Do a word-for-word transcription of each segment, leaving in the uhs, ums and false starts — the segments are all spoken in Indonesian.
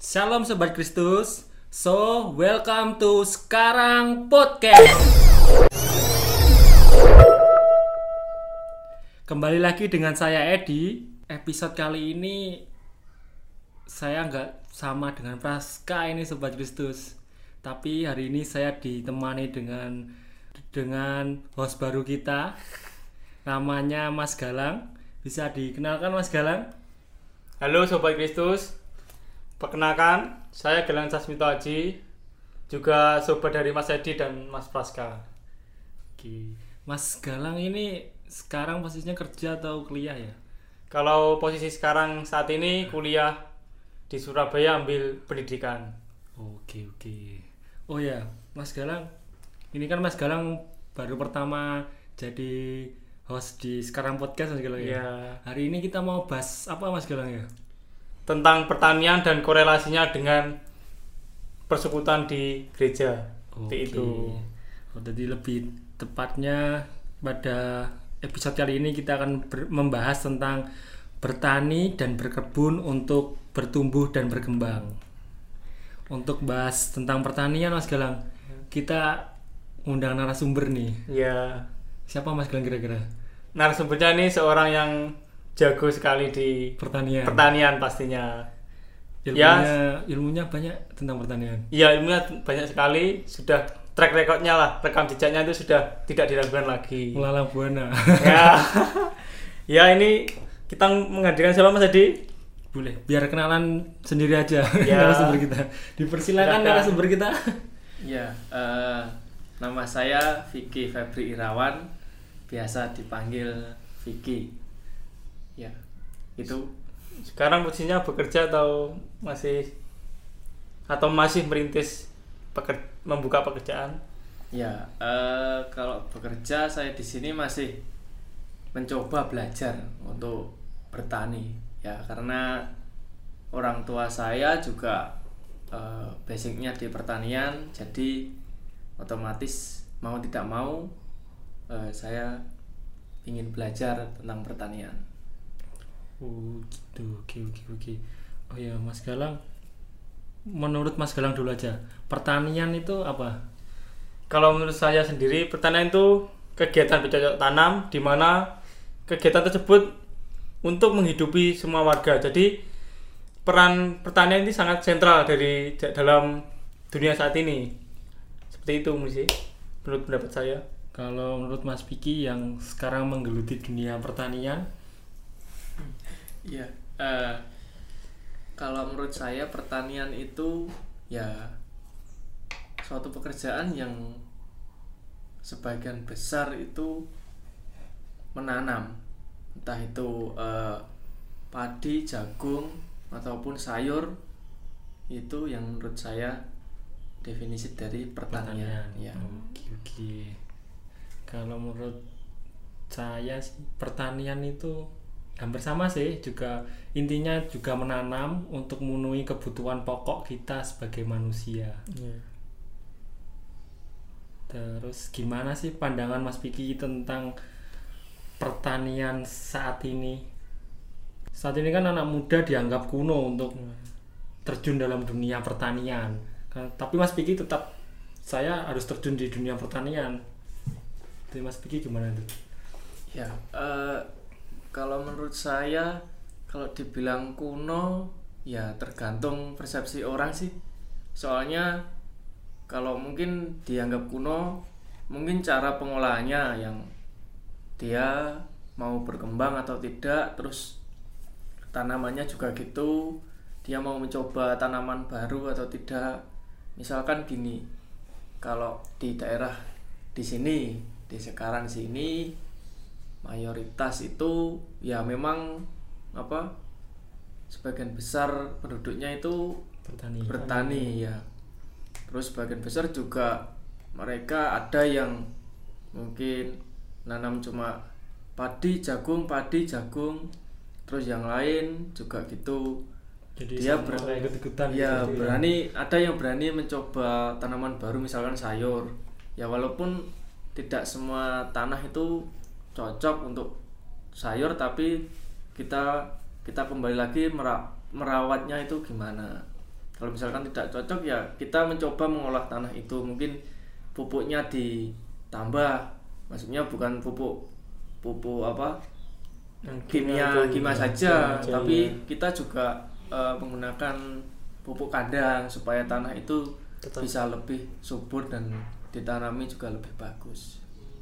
Shalom Sobat Kristus. So, welcome to Sekarang Podcast. Kembali lagi dengan saya Edi. Episode kali ini saya nggak sama dengan Praska ini Sobat Kristus. Tapi hari ini saya ditemani dengan dengan host baru kita. Namanya Mas Galang. Bisa dikenalkan Mas Galang? Halo Sobat Kristus. Perkenalkan, saya Galang Sasmito Aji, juga sobat dari Mas Edi dan Mas Praska. Oke. Mas Galang ini sekarang posisinya kerja atau kuliah ya? Kalau posisi sekarang saat ini kuliah di Surabaya ambil pendidikan. Oke oke. Oh ya, Mas Galang, ini kan Mas Galang baru pertama jadi host di Sekarang Podcast Mas Galang ya. Ya. Hari ini kita mau bahas apa Mas Galang ya? Tentang pertanian dan korelasinya dengan persekutuan di gereja. Oke. Itu. Oh, jadi lebih tepatnya pada episode kali ini kita akan ber- membahas tentang bertani dan berkebun untuk bertumbuh dan berkembang. Untuk bahas tentang pertanian Mas Galang, kita undang narasumber nih. Ya. Siapa Mas Galang kira-kira? Narasumbernya ini seorang yang jago sekali di Pertanian. pertanian pastinya. Ilmunya, Ya. ilmunya banyak tentang pertanian. Iya, ilmunya banyak sekali, sudah track recordnya lah, rekam jejaknya itu sudah tidak diragukan lagi. Melalang buana. Ya, ya ini kita menghadirkan siapa Mas Edi? Boleh, biar kenalan sendiri aja Ya. narasumber kita. Dipersilakan Silakan. narasumber kita. Ya, eh, nama saya Vicky Febri Irawan, biasa dipanggil Vicky. Ya, itu. Sekarang posisinya bekerja atau masih atau masih merintis peker, membuka pekerjaan? Ya, eh, kalau bekerja saya di sini masih mencoba belajar untuk bertani. Ya, karena orang tua saya juga eh, basicnya di pertanian, jadi otomatis mau tidak mau eh, saya ingin belajar tentang pertanian. Oh gitu, oke oke oke. Oh ya Mas Galang, menurut Mas Galang dulu aja, pertanian itu apa? Kalau menurut saya sendiri, pertanian itu kegiatan bercocok tanam di mana kegiatan tersebut untuk menghidupi semua warga. Jadi peran pertanian ini sangat sentral dari dalam dunia saat ini. Seperti itu mesti menurut pendapat saya. Kalau menurut Mas Piki yang sekarang menggeluti dunia pertanian, Iya, eh, kalau menurut saya pertanian itu ya suatu pekerjaan yang sebagian besar itu menanam, entah itu eh, padi, jagung ataupun sayur, itu yang menurut saya definisi dari pertanian. Ya. Oke oke. Kalau menurut saya sih pertanian itu hampir sama sih, juga intinya juga menanam untuk memenuhi kebutuhan pokok kita sebagai manusia. Yeah. Terus gimana sih pandangan Mas Piki tentang pertanian saat ini? Saat ini kan anak muda dianggap kuno untuk terjun dalam dunia pertanian. Kan, tapi Mas Piki tetap saya harus terjun di dunia pertanian. Jadi Mas Piki gimana tuh? Ya, eh, kalau menurut saya, kalau dibilang kuno, ya tergantung persepsi orang sih. Soalnya kalau mungkin dianggap kuno, mungkin cara pengolahannya yang dia mau berkembang atau tidak, terus tanamannya juga gitu, dia mau mencoba tanaman baru atau tidak. Misalkan gini, kalau di daerah di sini, di sekarang sini, mayoritas itu ya memang apa sebagian besar penduduknya itu Bertani. bertani ya. Terus sebagian besar juga mereka ada yang mungkin nanam cuma padi, jagung, padi, jagung. Terus yang lain juga gitu. Jadi Dia sama ber- ikut-ikutan Ya gitu. berani, ada yang berani mencoba tanaman baru misalkan sayur. Ya walaupun tidak semua tanah itu cocok untuk sayur, tapi kita kita kembali lagi mera- merawatnya itu gimana Kalau misalkan tidak cocok ya kita mencoba mengolah tanah itu, mungkin pupuknya ditambah, maksudnya bukan pupuk pupuk apa Yang kimia itu, kimia ya, saja, ya, tapi ya. kita juga uh, menggunakan pupuk kandang supaya tanah itu Tetap. bisa lebih subur dan ditanami juga lebih bagus.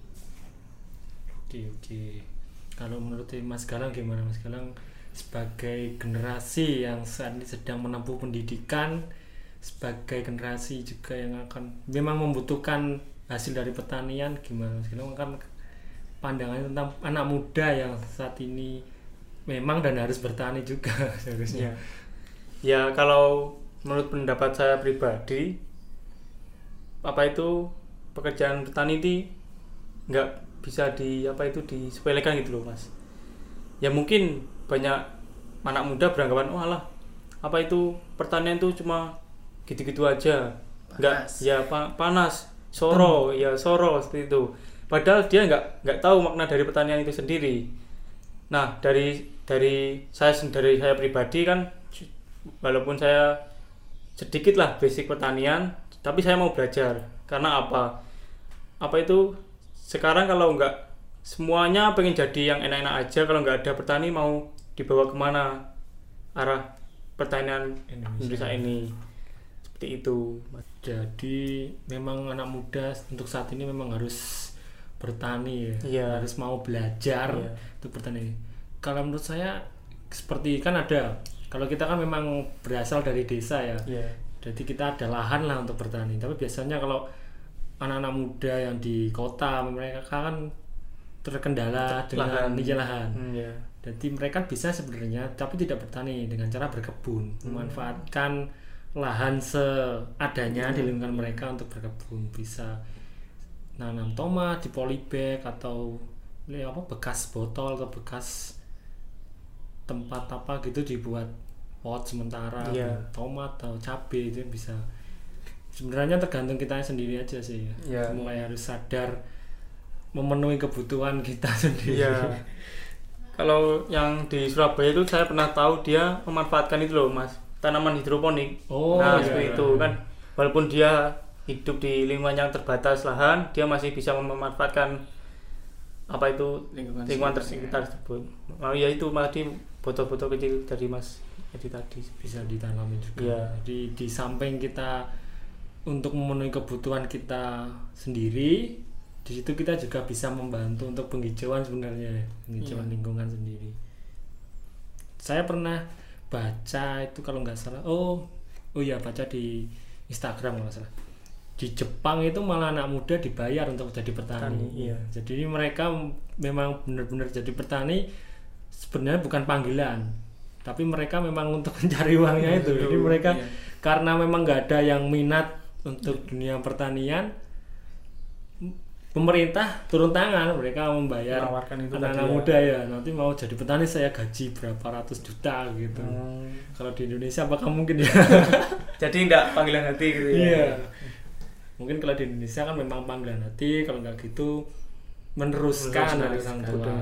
Oke oke. Kalau menurut Mas Galang gimana Mas Galang sebagai generasi yang saat ini sedang menempuh pendidikan, sebagai generasi juga yang akan memang membutuhkan hasil dari pertanian, gimana Mas Galang kan pandangannya tentang anak muda yang saat ini memang dan harus bertani juga seharusnya. Ya, ya kalau menurut pendapat saya pribadi, apa itu pekerjaan petani ini nggak bisa di apa itu disepelekan gitu loh Mas. Ya mungkin banyak anak muda beranggapan oh alah apa itu pertanian itu cuma gitu-gitu aja, nggak ya pa, panas soro hmm. ya soro seperti itu. Padahal dia nggak nggak tahu makna dari pertanian itu sendiri. Nah dari dari saya dari saya pribadi kan, walaupun saya sedikit lah basic pertanian, tapi saya mau belajar karena apa? Apa itu sekarang kalau nggak semuanya pengen jadi yang enak-enak aja, kalau nggak ada petani mau dibawa kemana arah pertanian Indonesia, Indonesia ini seperti itu. Jadi memang anak muda untuk saat ini memang harus bertani ya, yeah. harus mau belajar yeah. untuk bertani. Kalau menurut saya seperti kan ada, kalau kita kan memang berasal dari desa ya, yeah. jadi kita ada lahan lah untuk bertani. Tapi biasanya kalau anak-anak muda yang di kota mereka kan terkendala dengan lahan, lahan. Mm, yeah. Jadi mereka bisa sebenarnya tapi tidak bertani dengan cara berkebun, hmm. memanfaatkan lahan seadanya hmm. di lingkungan mereka untuk berkebun, bisa nanam tomat di polybag atau ya apa bekas botol atau bekas tempat apa gitu dibuat pot sementara yeah. tomat atau cabai itu bisa. Sebenarnya tergantung kita sendiri aja sih ya. Yeah. Mulai harus sadar memenuhi kebutuhan kita sendiri. Yeah. Kalau yang di Surabaya itu saya pernah tahu dia memanfaatkan itu loh Mas, tanaman hidroponik. Oh, nah iya, seperti iya. itu kan, walaupun dia hidup di lingkungan yang terbatas lahan, dia masih bisa memanfaatkan apa itu lingkungan, lingkungan tersekitar tersebut. Oh ya itu tadi botol-botol kecil dari Mas Edi tadi bisa ditanamin juga. Ya. Jadi di samping kita untuk memenuhi kebutuhan kita sendiri, di situ kita juga bisa membantu untuk penghijauan sebenarnya, penghijauan yeah. lingkungan sendiri. Saya pernah baca itu kalau nggak salah, oh oh ya baca di Instagram kalau nggak salah. Di Jepang itu malah anak muda dibayar untuk jadi petani. petani iya. Jadi mereka memang benar-benar jadi petani sebenarnya bukan panggilan, tapi mereka memang untuk mencari uangnya itu. Jadi mereka yeah. karena memang nggak ada yang minat untuk dunia pertanian, pemerintah turun tangan, mereka membayar anak-anak muda ya. ya nanti mau jadi petani saya gaji berapa ratus juta gitu. hmm. Kalau di Indonesia apakah mungkin ya? Jadi enggak panggilan hati gitu ya. Iya. Mungkin kalau di Indonesia kan memang panggilan hati, kalau enggak gitu meneruskan dari orang tua.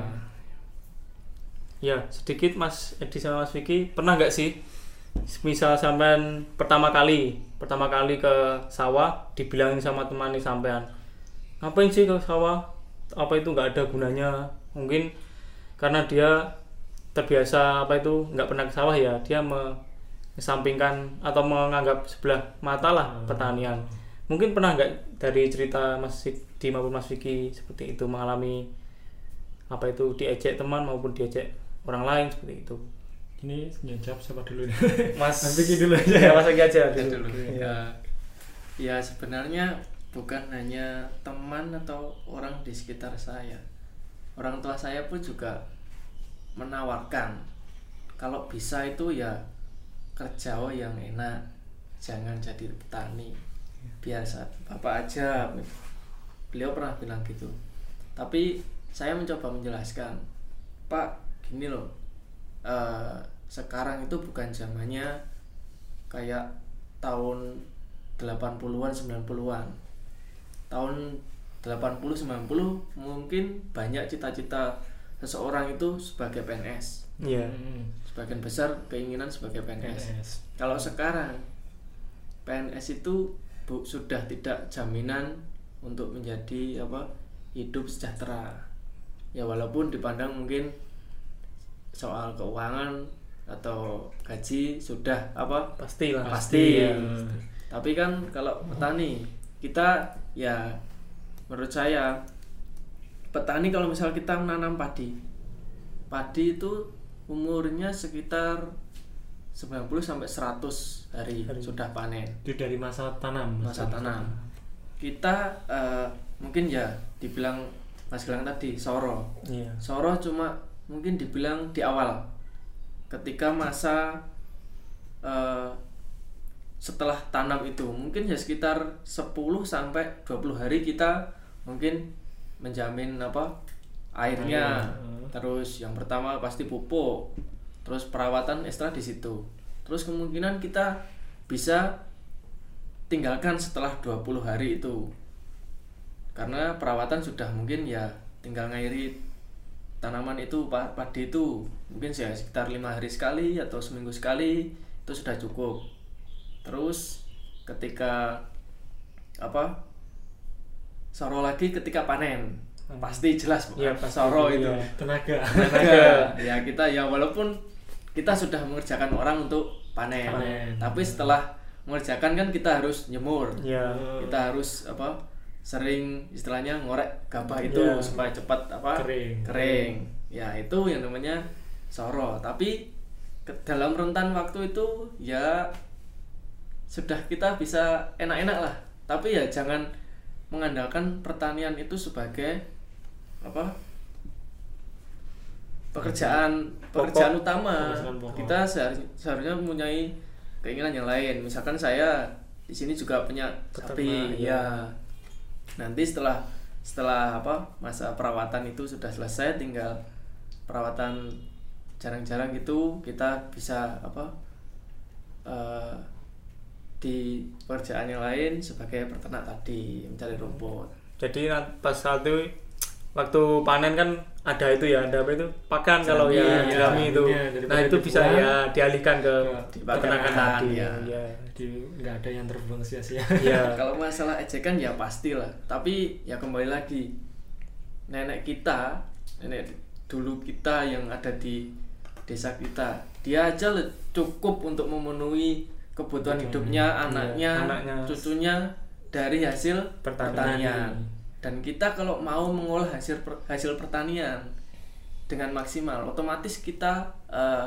Ya sedikit Mas Edi sama Mas Vicky, pernah nggak sih misal sampean pertama kali pertama kali ke sawah dibilangin sama teman nih sampean, ngapain sih ke sawah, apa itu nggak ada gunanya, mungkin karena dia terbiasa apa itu nggak pernah ke sawah ya, dia mengesampingkan atau menganggap sebelah mata lah hmm. pertanian. Mungkin pernah nggak dari cerita Mas Di maupun Mas Vicky seperti itu mengalami apa itu diejek teman maupun diejek orang lain seperti itu? Ini jawab siapa dulu nih? Mas Mas Vicky dulu aja. Ya Mas Vicky aja dulu. dulu. Ya. Ya sebenarnya bukan hanya teman atau orang di sekitar saya, orang tua saya pun juga menawarkan kalau bisa itu ya kerja yang enak, jangan jadi petani biasa bapak aja. Beliau pernah bilang gitu, tapi saya mencoba menjelaskan, Pak gini loh, uh, sekarang itu bukan zamannya kayak tahun delapan puluhan sembilan puluhan. Tahun delapan puluh sembilan puluh mungkin banyak cita-cita seseorang itu sebagai P N S. Iya. Yeah. Sebagian besar keinginan sebagai P N S. P N S. Kalau sekarang P N S itu bu, sudah tidak jaminan untuk menjadi apa hidup sejahtera. Ya walaupun dipandang mungkin soal keuangan atau gaji sudah apa Pasti lah. pasti. Ya. Tapi kan kalau petani kita ya menurut saya petani kalau misal kita menanam padi, padi itu umurnya sekitar sembilan puluh sampai seratus hari, hari sudah panen. Itu dari masa tanam. Masa tanam. Kita uh, mungkin ya dibilang Mas Gilang tadi soro. Iya. Soro cuma mungkin dibilang di awal. Ketika masa uh, setelah tanam itu mungkin ya sekitar sepuluh sampai dua puluh hari kita mungkin menjamin apa airnya. Hmm. Terus yang pertama pasti pupuk. Terus perawatan ekstra di situ. Terus kemungkinan kita bisa tinggalkan setelah dua puluh hari itu. Karena perawatan sudah mungkin ya tinggal ngairi tanaman itu, padi itu mungkin ya sekitar lima hari sekali atau seminggu sekali itu sudah cukup. Terus ketika apa soro lagi ketika panen hmm. pasti jelas ya, pasti soro itu ya. tenaga tenaga ya kita ya walaupun kita sudah mengerjakan orang untuk panen, panen. Tapi setelah mengerjakan kan kita harus nyemur ya. Kita harus apa sering istilahnya ngorek gabah itu ya. Supaya cepat apa kering. kering ya itu yang namanya soro. Tapi ke dalam rentan waktu itu ya sudah kita bisa enak-enak lah, tapi ya jangan mengandalkan pertanian itu sebagai apa pekerjaan pokok, pekerjaan utama. Kita seharusnya, seharusnya mempunyai keinginan yang lain. Misalkan saya di sini juga punya sapi, ya. Nanti setelah setelah apa masa perawatan itu sudah selesai, tinggal perawatan jarang-jarang gitu kita bisa apa uh, di pekerjaan yang lain sebagai peternak tadi mencari rumput. Jadi pas saat itu waktu panen kan ada itu ya, ada apa itu pakan kalau ya jerami itu. Nah itu bisa ya dialihkan ke peternakan tadi. Ya. Ya. Di nggak ada yang terbuang sia-sia. Ya. Kalau masalah ejekan ya pastilah. Tapi ya kembali lagi nenek kita, nenek dulu kita yang ada di desa kita, dia aja cukup untuk memenuhi kebutuhan hidupnya, anaknya, ya, anaknya, cucunya dari hasil pertanian. pertanian. Dan kita kalau mau mengolah hasil per, hasil pertanian dengan maksimal, otomatis kita uh,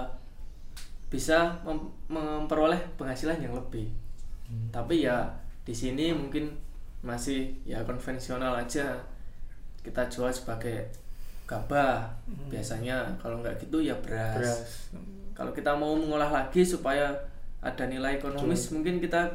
bisa mem- memperoleh penghasilan yang lebih. Hmm. Tapi ya di sini mungkin masih ya konvensional aja. Kita jual sebagai gabah. Hmm. Biasanya kalau nggak gitu ya beras. beras. Kalau kita mau mengolah lagi supaya ada nilai ekonomis, Jual. mungkin kita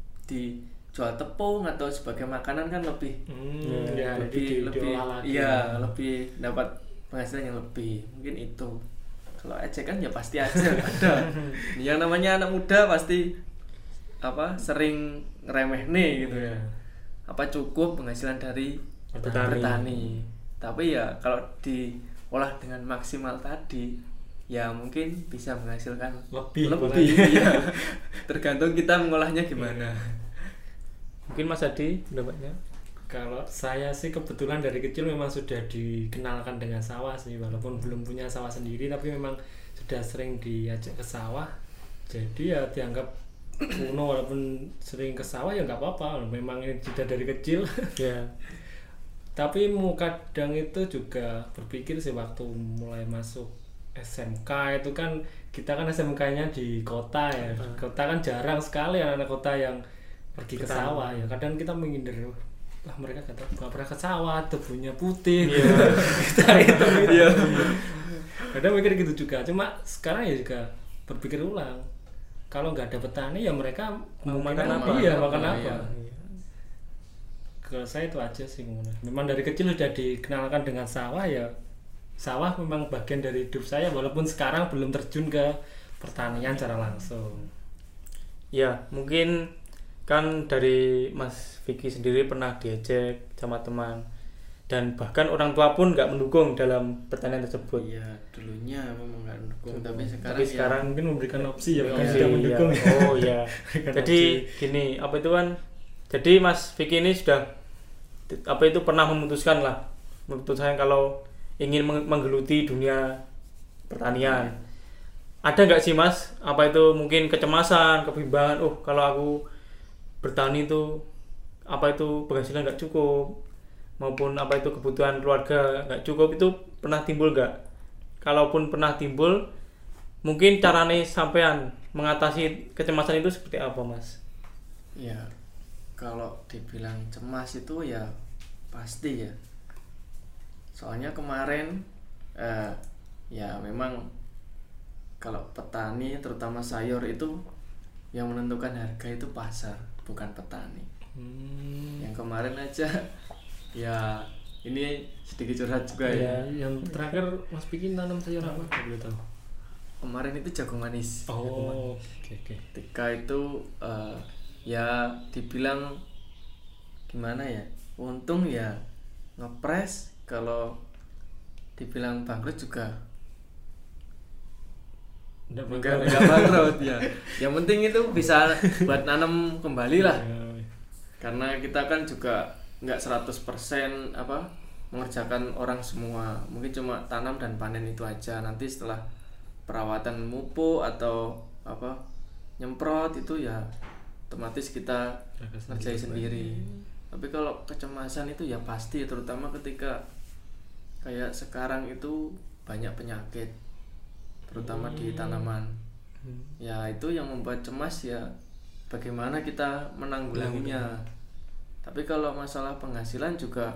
dijual tepung atau sebagai makanan kan lebih hmm, ya, lebih lebih iya lebih dapat penghasilan yang lebih, mungkin itu. Kalau ejekan ya pasti aja ada. Yang namanya anak muda pasti apa sering ngeremeh nih gitu ya. Apa cukup penghasilan dari petani. petani. Tapi ya kalau diolah dengan maksimal tadi ya mungkin bisa menghasilkan lebih, lebih ya. Tergantung kita mengolahnya gimana. Mungkin Mas Adi pendapatnya? Kalau saya sih kebetulan dari kecil memang sudah dikenalkan dengan sawah sih, walaupun belum punya sawah sendiri tapi memang sudah sering diajak ke sawah. Jadi ya dianggap kuno walaupun sering ke sawah ya nggak apa-apa, memang ini sudah dari kecil. Yeah. Tapi kadang itu juga berpikir sih waktu mulai masuk S M K itu kan kita kan S M K-nya di kota ya. Hmm. Kota kan jarang sekali anak-anak kota yang pergi ke Ketang. sawah ya. Kadang kita menghindar, lah mereka kata nggak pernah ke sawah, debunya putih. Yeah. kita itu gitu. Yeah. Kadang mikir gitu juga. Cuma sekarang ya juga berpikir ulang. Kalau nggak ada petani ya mereka mau makan apa? Iya, makan apa? Iya. Kalau saya itu aja sih kemudian. Memang dari kecil sudah dikenalkan dengan sawah ya. Sawah memang bagian dari hidup saya walaupun sekarang belum terjun ke pertanian secara langsung. Ya, mungkin kan dari Mas Vicky sendiri pernah diejek sama teman. dan bahkan orang tua pun nggak mendukung dalam pertanian tersebut. Iya, dulunya memang nggak mendukung, tapi sekarang Tapi ya, sekarang Mungkin memberikan opsi ya, bukan Iya, tidak mendukung. iya. Oh iya. Jadi gini, apa itu kan? Jadi Mas Vicky ini sudah apa itu pernah memutuskan lah, memutuskan kalau ingin meng- menggeluti dunia pertanian. Ada nggak sih Mas? Apa itu mungkin kecemasan, kebimbangan? Oh kalau aku bertani itu apa itu penghasilan nggak cukup, maupun apa itu kebutuhan keluarga nggak cukup, itu pernah timbul nggak? Kalaupun pernah timbul, mungkin caranya sampean mengatasi kecemasan itu seperti apa Mas? ya kalau dibilang cemas itu ya pasti ya. Soalnya kemarin eh, ya memang kalau petani terutama sayur itu yang menentukan harga itu pasar, bukan petani. Hmm. Yang kemarin aja ya ini sedikit curhat juga Ya, ya. yang terakhir Mas bikin tanam sayur apa? Nggak boleh tahu. Kemarin itu jagung manis. Oh, oke oke. Ketika itu eh, ya dibilang gimana ya, untung ya ngepres. Kalau dibilang bangkrut juga Nggak enggak bakal. enggak bangkrut ya. Yang penting itu bisa buat nanam kembali lah. Ya, Karena kita kan juga nggak seratus persen apa mengerjakan orang semua. Mungkin cuma tanam dan panen itu aja. Nanti setelah perawatan pupuk atau apa nyemprot itu ya otomatis kita jaga ngerjain sendiri. Tapi kalau kecemasan itu ya pasti, terutama ketika kayak sekarang itu banyak penyakit, terutama di tanaman. Ya itu yang membuat cemas ya, bagaimana kita menanggulanginya. Tapi kalau masalah penghasilan juga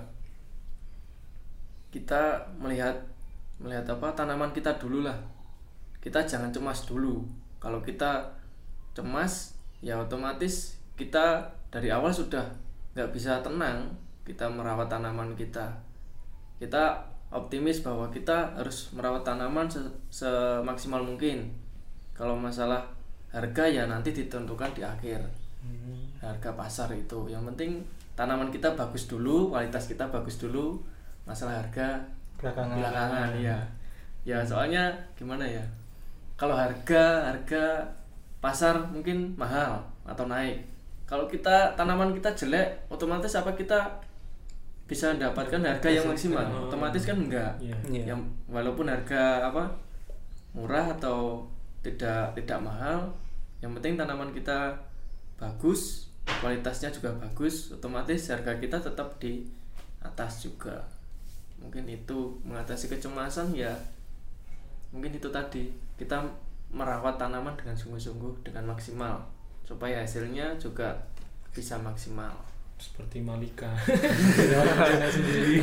kita melihat melihat apa tanaman kita dulu lah. Kita jangan cemas dulu. Kalau kita cemas ya otomatis kita dari awal sudah nggak bisa tenang kita merawat tanaman kita. Kita optimis bahwa kita harus merawat tanaman se- semaksimal mungkin. Kalau masalah harga ya nanti ditentukan di akhir, harga pasar itu. Yang penting tanaman kita bagus dulu, kualitas kita bagus dulu. Masalah harga Belakangan. belakangan ya. Ya soalnya gimana ya, kalau harga harga pasar mungkin mahal atau naik, kalau kita tanaman kita jelek, otomatis apa kita bisa mendapatkan harga yang maksimal? Otomatis kan enggak. Iya. Iya. Yang walaupun harga apa murah atau tidak tidak mahal, yang penting tanaman kita bagus, kualitasnya juga bagus, otomatis harga kita tetap di atas juga. Mungkin itu mengatasi kecemasan ya. Mungkin itu tadi, kita merawat tanaman dengan sungguh-sungguh, dengan maksimal, supaya hasilnya juga bisa maksimal. Seperti Malika. Jangan sendiri.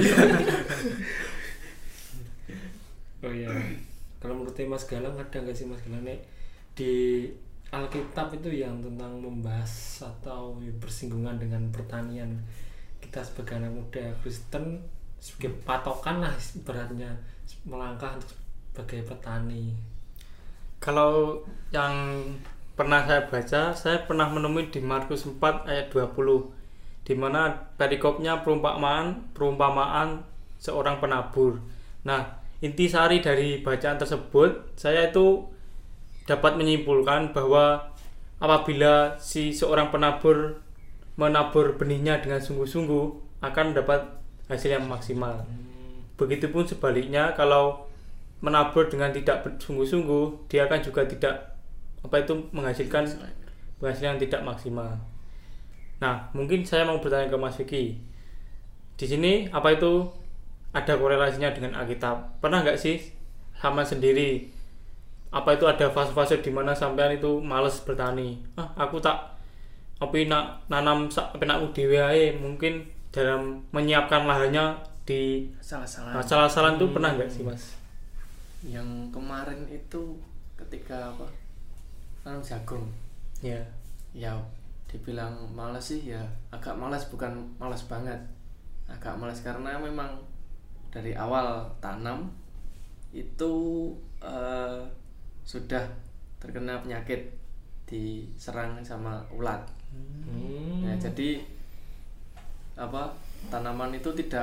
Oh iya. Kalau menurut Mas Galang ada nggak sih Mas Galang nih di Alkitab itu yang tentang membahas atau bersinggungan dengan pertanian, kita sebagai anak muda Kristen sebagai patokan lah ibaratnya melangkah untuk sebagai petani. Kalau yang pernah saya baca, saya pernah menemui di Markus empat ayat dua puluh, di mana perikopnya perumpamaan perumpamaan seorang penabur. Nah, intisari dari bacaan tersebut, saya itu dapat menyimpulkan bahwa apabila si seorang penabur menabur benihnya dengan sungguh-sungguh akan mendapat hasil yang maksimal. Begitupun sebaliknya, kalau menabur dengan tidak sungguh-sungguh, dia akan juga tidak apa itu menghasilkan penghasilan yang tidak maksimal. Nah, mungkin saya mau bertanya ke Mas Vicky. Di sini apa itu ada korelasinya dengan Alkitab? Pernah nggak sih sama sendiri apa itu ada fase-fase di mana sampean itu males bertani? Ah, aku tak apa nak nanam sak penakku dhewe ae, mungkin dalam menyiapkan lahannya di Salah-salah. salah-salah itu pernah nggak sih Mas? Yang kemarin itu ketika apa tanam jagung, Ya. ya dibilang malas sih ya, agak malas, bukan malas banget, agak malas karena memang dari awal tanam itu eh, sudah terkena penyakit, diserang sama ulat. Hmm. Ya, jadi apa tanaman itu tidak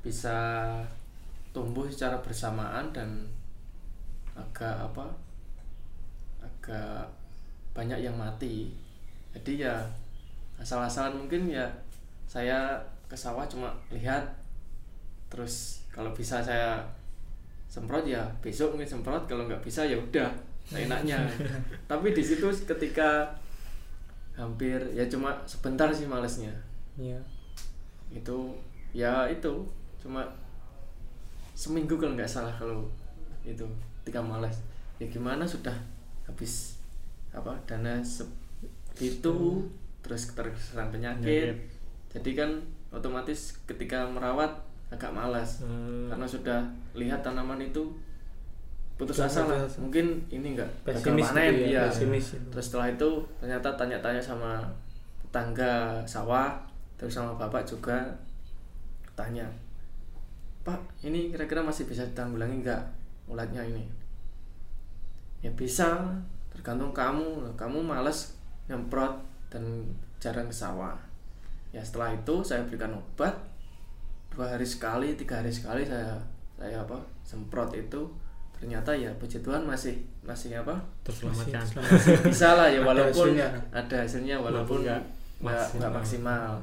bisa tumbuh secara bersamaan dan agak apa agak banyak yang mati. Jadi ya asal-asalan mungkin ya saya ke sawah cuma lihat, terus kalau bisa saya semprot ya besok mungkin semprot, kalau nggak bisa ya udah enaknya. Tapi di situ ketika hampir ya cuma sebentar sih malesnya. Iya. Itu ya itu cuma seminggu kalau nggak salah, kalau itu ketika malas ya gimana sudah habis apa dana itu hmm. terus terserang penyakit. penyakit jadi kan otomatis ketika merawat agak malas hmm. karena sudah lihat tanaman itu putus asa lah, mungkin ini enggak bakal panen gitu ya, ya. Terus setelah itu ternyata tanya-tanya sama tetangga sawah, terus sama bapak juga tanya, Pak, ini kira-kira masih bisa ditanggulangi enggak ulatnya ini? Ya bisa, tergantung kamu. Kamu malas nyemprot dan jarang ke sawah. Ya setelah itu saya berikan obat dua hari sekali, tiga hari sekali saya saya apa semprot itu. Ternyata ya puji Tuhan masih masih apa terselamatkan, masih bisa lah ya, walaupun ada hasilnya, ada hasilnya walaupun nggak nggak maksimal.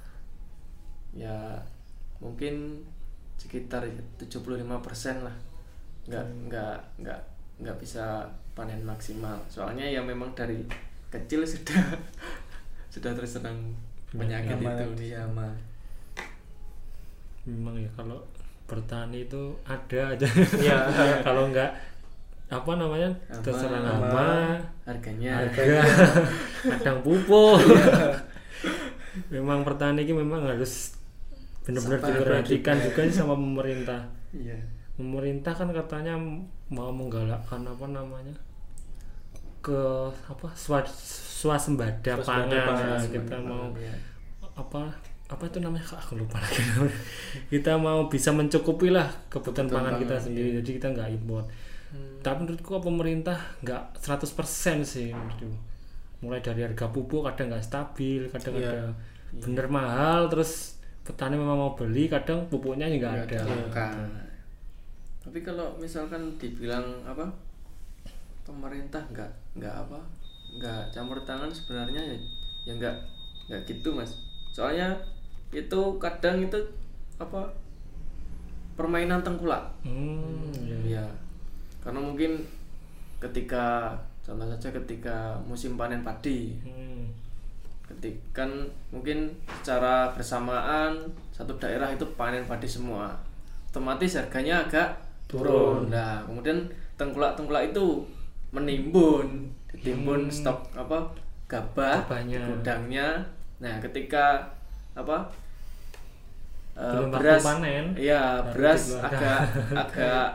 Ya mungkin sekitar tujuh puluh lima persen lah nggak hmm. nggak nggak nggak bisa panen maksimal, soalnya ya memang dari kecil sudah sudah terserang penyakit ya, itu nih hama. Memang ya kalau bertani itu ada aja ya. Kalau nggak apa namanya hama, terserang hama, harganya harga kadang pupuk. Memang petani ini memang harus benar-benar diperhatikan juga sih sama pemerintah. Iya. Pemerintah kan katanya mau menggalakkan apa namanya ke apa swasembada pangan, kita mau ya. apa apa itu namanya, aku lupa lagi namanya. Kita mau bisa mencukupi lah kebutuhan pangan kita sendiri, iya. Jadi kita nggak impor. Hmm. Tapi menurutku pemerintah nggak seratus persen sih menurutku. Mulai dari harga pupuk kadang nggak stabil, kadang yeah. ada yeah. bener mahal, terus petani memang mau beli, kadang pupuknya nggak ada. ada. Tapi kalau misalkan dibilang apa pemerintah nggak nggak apa nggak campur tangan, sebenarnya ya, ya nggak nggak gitu mas. Soalnya itu kadang itu apa permainan tengkulak. Hmm, ya. Ya. Karena mungkin ketika contoh saja ketika musim panen padi, hmm. ketika kan mungkin secara bersamaan satu daerah itu panen padi semua, otomatis harganya agak turun. Nah kemudian tengkulak-tengkulak itu menimbun, ditimbun hmm. stok apa gabah di gudangnya. Nah ketika apa uh, beras panen, ya beras agak agak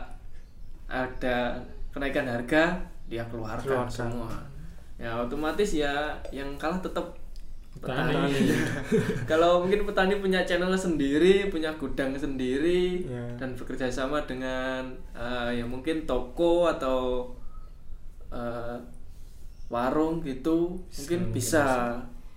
ada kenaikan harga, dia keluarkan, keluarkan semua. Ya otomatis ya yang kalah tetap petani. Kalau mungkin petani punya channel sendiri, punya gudang sendiri, yeah. dan bekerja sama dengan uh, ya mungkin toko atau uh, warung gitu, mungkin bisa.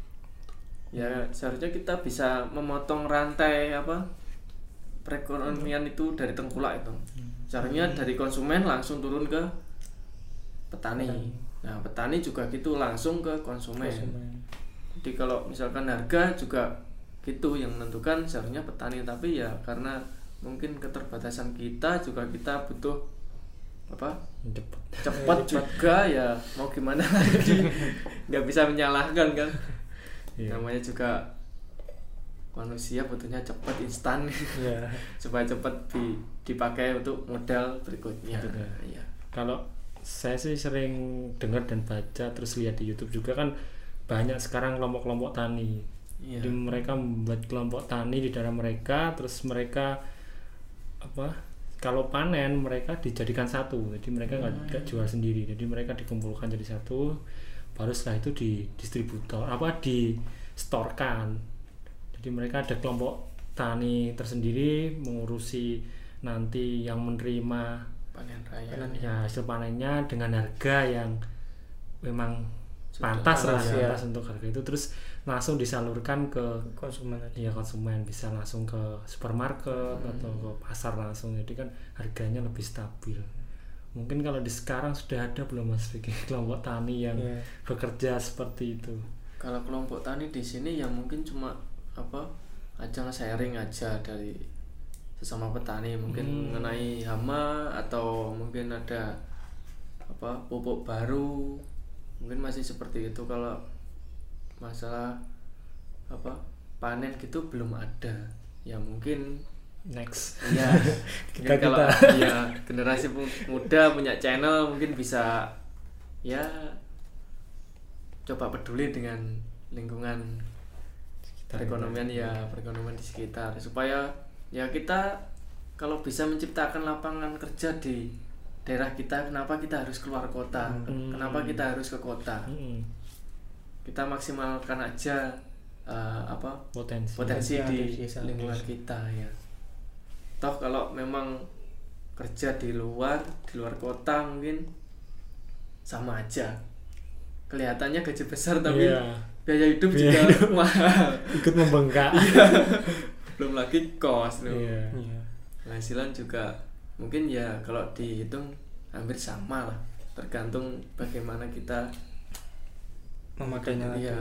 Ya seharusnya kita bisa memotong rantai apa perekonomian itu dari tengkulak itu. Caranya dari konsumen langsung turun ke petani. Nah petani juga gitu langsung ke konsumen. konsumen. Jadi kalau misalkan harga juga gitu yang menentukan seharusnya petani, tapi ya karena mungkin keterbatasan kita juga kita butuh apa cepat cepat juga ya mau gimana lagi, nggak bisa menyalahkan kan. Yeah. Namanya juga manusia butuhnya cepat, instan, yeah. supaya cepat di, dipakai untuk modal berikutnya. Ya. Kalau saya sih sering dengar dan baca, terus lihat di YouTube juga kan banyak sekarang kelompok-kelompok tani. Yeah. Jadi mereka membuat kelompok tani di daerah mereka, terus mereka apa? Kalau panen mereka dijadikan satu, jadi mereka nggak hmm. jual sendiri, jadi mereka dikumpulkan jadi satu. Baru setelah itu di distributor apa di storkan. Jadi mereka ada kelompok tani tersendiri mengurusi nanti yang menerima panen raya ya hasil panennya dengan harga yang memang pantas lah ya, pantas untuk harga itu. Terus langsung disalurkan ke konsumen ya konsumen, bisa langsung ke supermarket hmm. atau ke pasar langsung, jadi kan harganya lebih stabil. Mungkin kalau di sekarang sudah ada belum Mas Vicky kelompok tani yang yeah. bekerja seperti itu? Kalau kelompok tani di sini ya mungkin cuma apa ajang sharing aja dari sesama petani, mungkin hmm. mengenai hama atau mungkin ada apa pupuk baru, mungkin masih seperti itu. Kalau masalah apa panen gitu belum ada ya, mungkin next ya kita kalau ya generasi muda punya channel mungkin bisa ya coba peduli dengan lingkungan sekitar, perekonomian ya perekonomian di sekitar, supaya ya kita kalau bisa menciptakan lapangan kerja di daerah kita, kenapa kita harus keluar kota, hmm. kenapa kita harus ke kota, hmm. kita maksimalkan aja uh, apa potensi, potensi ya, di lingkungan kita ya. Toh kalau memang kerja di luar di luar kota mungkin sama aja, kelihatannya gaji besar tapi yeah. biaya hidup biaya juga mahal, ikut membengkak. Belum lagi kos loh. Yeah. Yeah. Penghasilan juga mungkin ya kalau dihitung hampir sama lah, tergantung bagaimana kita memakainya. Ya.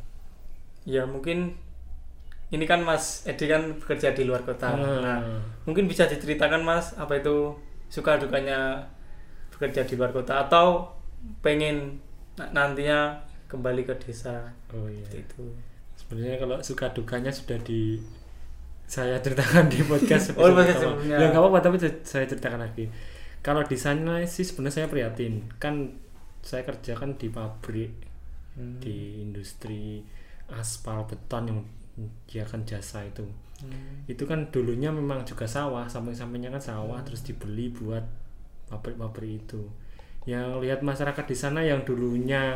Ya mungkin ini kan Mas Edi kan bekerja di luar kota. Hmm. Nah, mungkin bisa diceritakan Mas apa itu suka dukanya bekerja di luar kota, atau pengen nantinya kembali ke desa. Oh iya. Itu. Sebenarnya kalau suka dukanya sudah di saya ceritakan di podcast oh, sebelumnya. Ya nggak apa-apa, tapi saya ceritakan lagi. Kalau di sana sih sebenarnya saya prihatin. Kan saya kerja kan di pabrik, hmm. di industri aspal beton yang menyediakan jasa itu. Hmm. Itu kan dulunya memang juga sawah, samping-sampingnya kan sawah, hmm. terus dibeli buat pabrik-pabrik itu. Yang lihat masyarakat di sana yang dulunya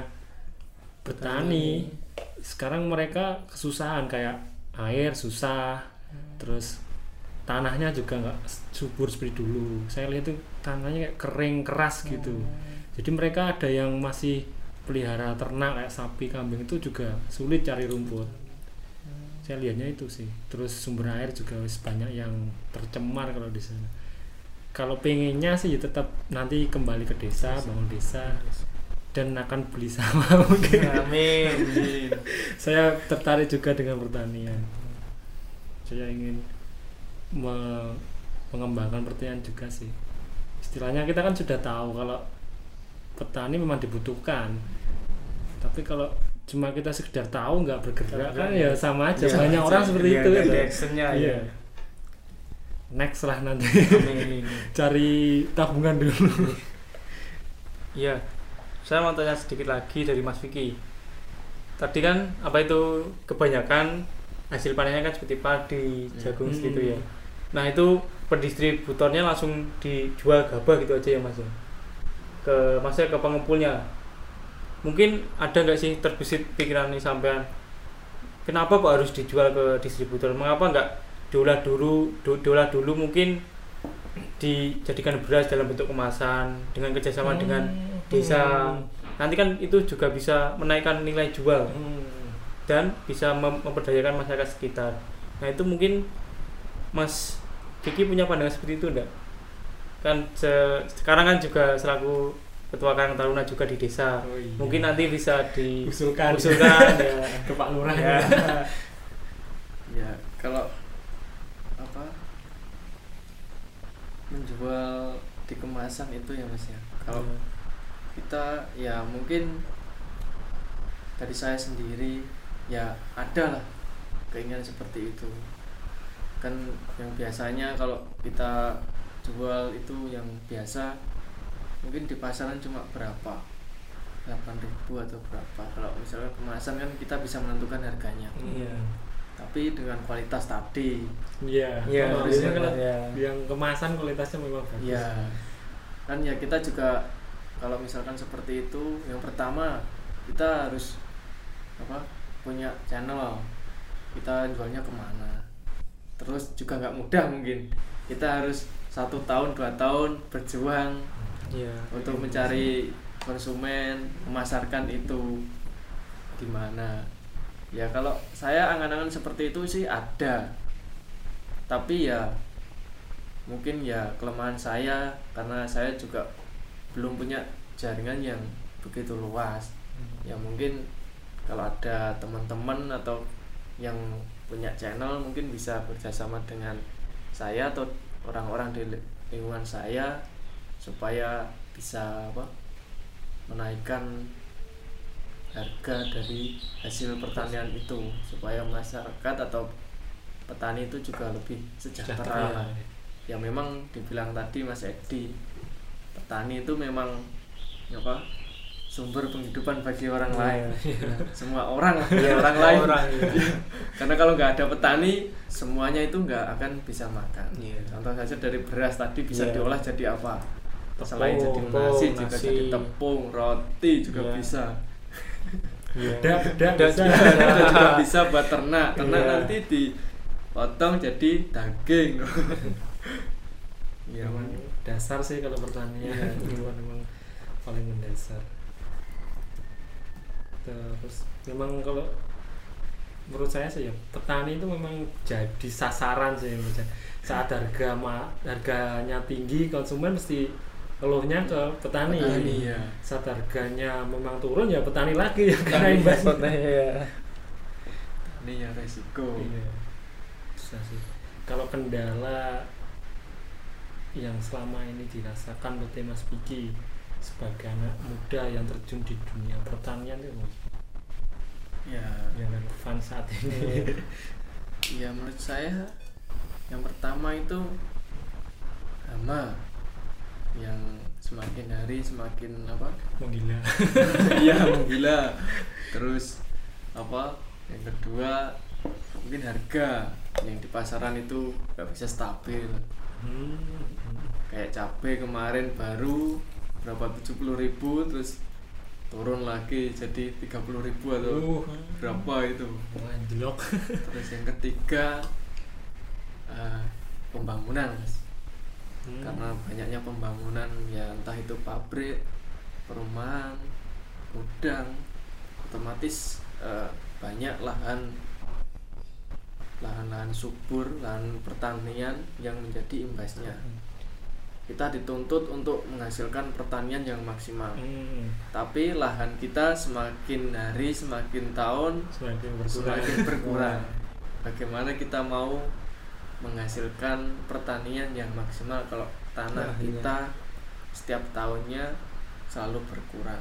petani, petani. Sekarang mereka kesusahan, kayak air susah, hmm. terus tanahnya juga nggak subur seperti dulu. Saya lihat tuh tanahnya kayak kering keras gitu. Hmm. Jadi mereka ada yang masih pelihara ternak kayak sapi, kambing, itu juga sulit cari rumput. Hmm. Saya lihatnya itu sih. Terus sumber air juga banyak yang tercemar kalau di sana. Kalau pengennya sih ya tetap nanti kembali ke desa, bangun desa, dan akan beli sawah mungkin. Amin. Saya tertarik juga dengan pertanian. Saya ingin me- mengembangkan pertanian juga sih. Istilahnya kita kan sudah tahu kalau petani memang dibutuhkan, tapi kalau cuma kita sekedar tahu nggak bergerak kan ya sama aja. Ya, banyak orang seperti ya, itu ya. Actionnya ya. Next lah nanti. Cari tabungan dulu. Iya. Saya mau tanya sedikit lagi dari Mas Vicky. Tadi kan apa itu kebanyakan hasil panennya kan seperti padi, jagung hmm. gitu ya. Nah itu pendistributornya langsung dijual gabah gitu aja ya Mas ya? Ke maksudnya ke pengepulnya. Mungkin ada nggak sih terbesit pikiran nih sampean, kenapa kok harus dijual ke distributor? Mengapa nggak diolah dulu, diolah dulu mungkin dijadikan beras dalam bentuk kemasan dengan kerjasama hmm. dengan desa. Hmm. Nanti kan itu juga bisa menaikkan nilai jual hmm. dan bisa mem- memperdayakan masyarakat sekitar. Nah itu mungkin Mas Vicky punya pandangan seperti itu enggak? Kan se- sekarang kan juga selaku ketua Karang Taruna juga di desa. Oh, iya. Mungkin nanti bisa diusulkan usulkan ya ke Pak Lurah ya. Ya kalau apa menjual di kemasan itu ya Mas ya. Kalau hmm. kita ya mungkin dari saya sendiri ya ada lah keinginan seperti itu. Kan yang biasanya kalau kita jual itu yang biasa mungkin di pasaran cuma berapa, delapan ribu atau berapa. Kalau misalnya kemasan kan kita bisa menentukan harganya. Iya. Tapi dengan kualitas tadi. Iya. Iya. Kan ya. Yang kemasan kualitasnya memang bagus. Iya. Kan ya kita juga kalau misalkan seperti itu, yang pertama kita harus apa? Punya channel. Kita jualnya kemana? Terus juga nggak mudah mungkin. Kita harus satu tahun dua tahun berjuang. Ya, untuk mencari konsumen, memasarkan itu gimana Ya kalau saya angan-angan seperti itu sih ada, tapi ya mungkin ya kelemahan saya karena saya juga belum punya jaringan yang begitu luas. Ya mungkin kalau ada teman-teman atau yang punya channel mungkin bisa bekerjasama dengan saya atau orang-orang di lingkungan saya supaya bisa apa menaikkan harga dari hasil pertanian itu supaya masyarakat atau petani itu juga lebih sejahtera. Sejahtera. Ya memang dibilang tadi Mas Edi, petani itu memang apa sumber penghidupan bagi orang Iya. lain. Semua orang ya, orang lain. Orang, iya. Karena kalau nggak ada petani, semuanya itu nggak akan bisa makan. Iya. Contoh saja dari beras tadi bisa Iya. diolah jadi apa? Tepung, Selain jadi tepung, nasi juga nasi. jadi tepung, roti juga Iya. bisa. Iya. Beda, beda, Beda bisa. juga. Itu juga bisa buat ternak. Ternak Iya. nanti dipotong jadi daging. Iya, Memang dasar sih kalau pertanian itu memang paling mendasar. Terus memang kalau menurut saya sih ya petani itu memang jadi sasaran sih menurut saya. Saat harga ma- harganya tinggi konsumen mesti keluhnya ke petani. Petani, ya. Saat harganya memang turun ya petani lagi yang kena Petani. imbas. Iya. Ini ya resiko. Iya. Bisa sih. Kalau kendala yang selama ini dirasakan oleh Mas Piki sebagai anak muda yang terjun di dunia pertanian itu Ya, yang relevan saat ini. ya menurut saya yang pertama itu hama yang semakin hari semakin apa? Menggila. Iya, menggila. Terus apa? Yang kedua mungkin harga yang di pasaran itu nggak bisa stabil. Hmm. Kayak cabai kemarin baru berapa tujuh puluh ribu terus turun lagi jadi tiga puluh ribu atau Uh, berapa itu. anjlok. Terus yang ketiga eh, pembangunan, Mas. Hmm. Karena banyaknya pembangunan ya entah itu pabrik, perumahan, gudang, otomatis eh, banyak lahan lahan-lahan subur, lahan pertanian yang menjadi imbasnya. Kita dituntut untuk menghasilkan pertanian yang maksimal. Hmm. Tapi lahan kita semakin hari semakin tahun Semakin berkurang. semakin berkurang. Bagaimana kita mau menghasilkan pertanian yang maksimal kalau tanah Nah, kita setiap tahunnya selalu berkurang?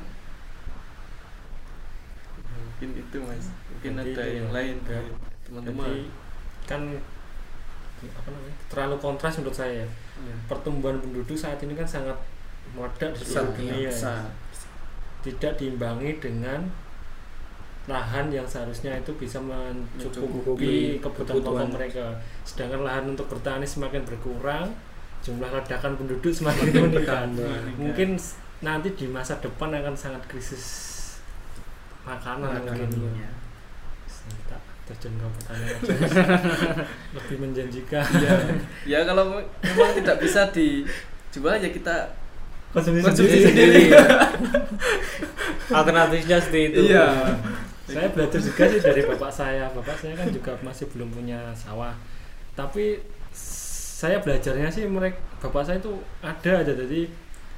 Mungkin itu, Mas. Mungkin Jadi ada itu yang ya. lain Ya. dari teman-teman. Jadi kan apa namanya terlalu kontras menurut saya. Ya. Pertumbuhan penduduk saat ini kan sangat meledak di Besar, seluruh dunia. ya, besar. Tidak diimbangi dengan lahan yang seharusnya itu bisa mencukupi Mencukupi kebutuhan pokok kebutuhan. mereka. Sedangkan lahan untuk bertani semakin berkurang, jumlah ledakan penduduk semakin meningkat. meningkat. Mungkin s- nanti di masa depan akan sangat krisis makanan, Makanan, mungkin. ya. Tak terjun ke pertanian aja. Lebih menjanjikan. Ya, ya kalau memang tidak bisa dijual ya kita Konsumsi konsumsi sendiri. sendiri. Alternatifnya seperti itu. Iya. Saya belajar juga sih dari bapak saya. Bapak saya kan juga masih belum punya sawah. Tapi saya belajarnya sih mereka bapak saya itu ada aja jadi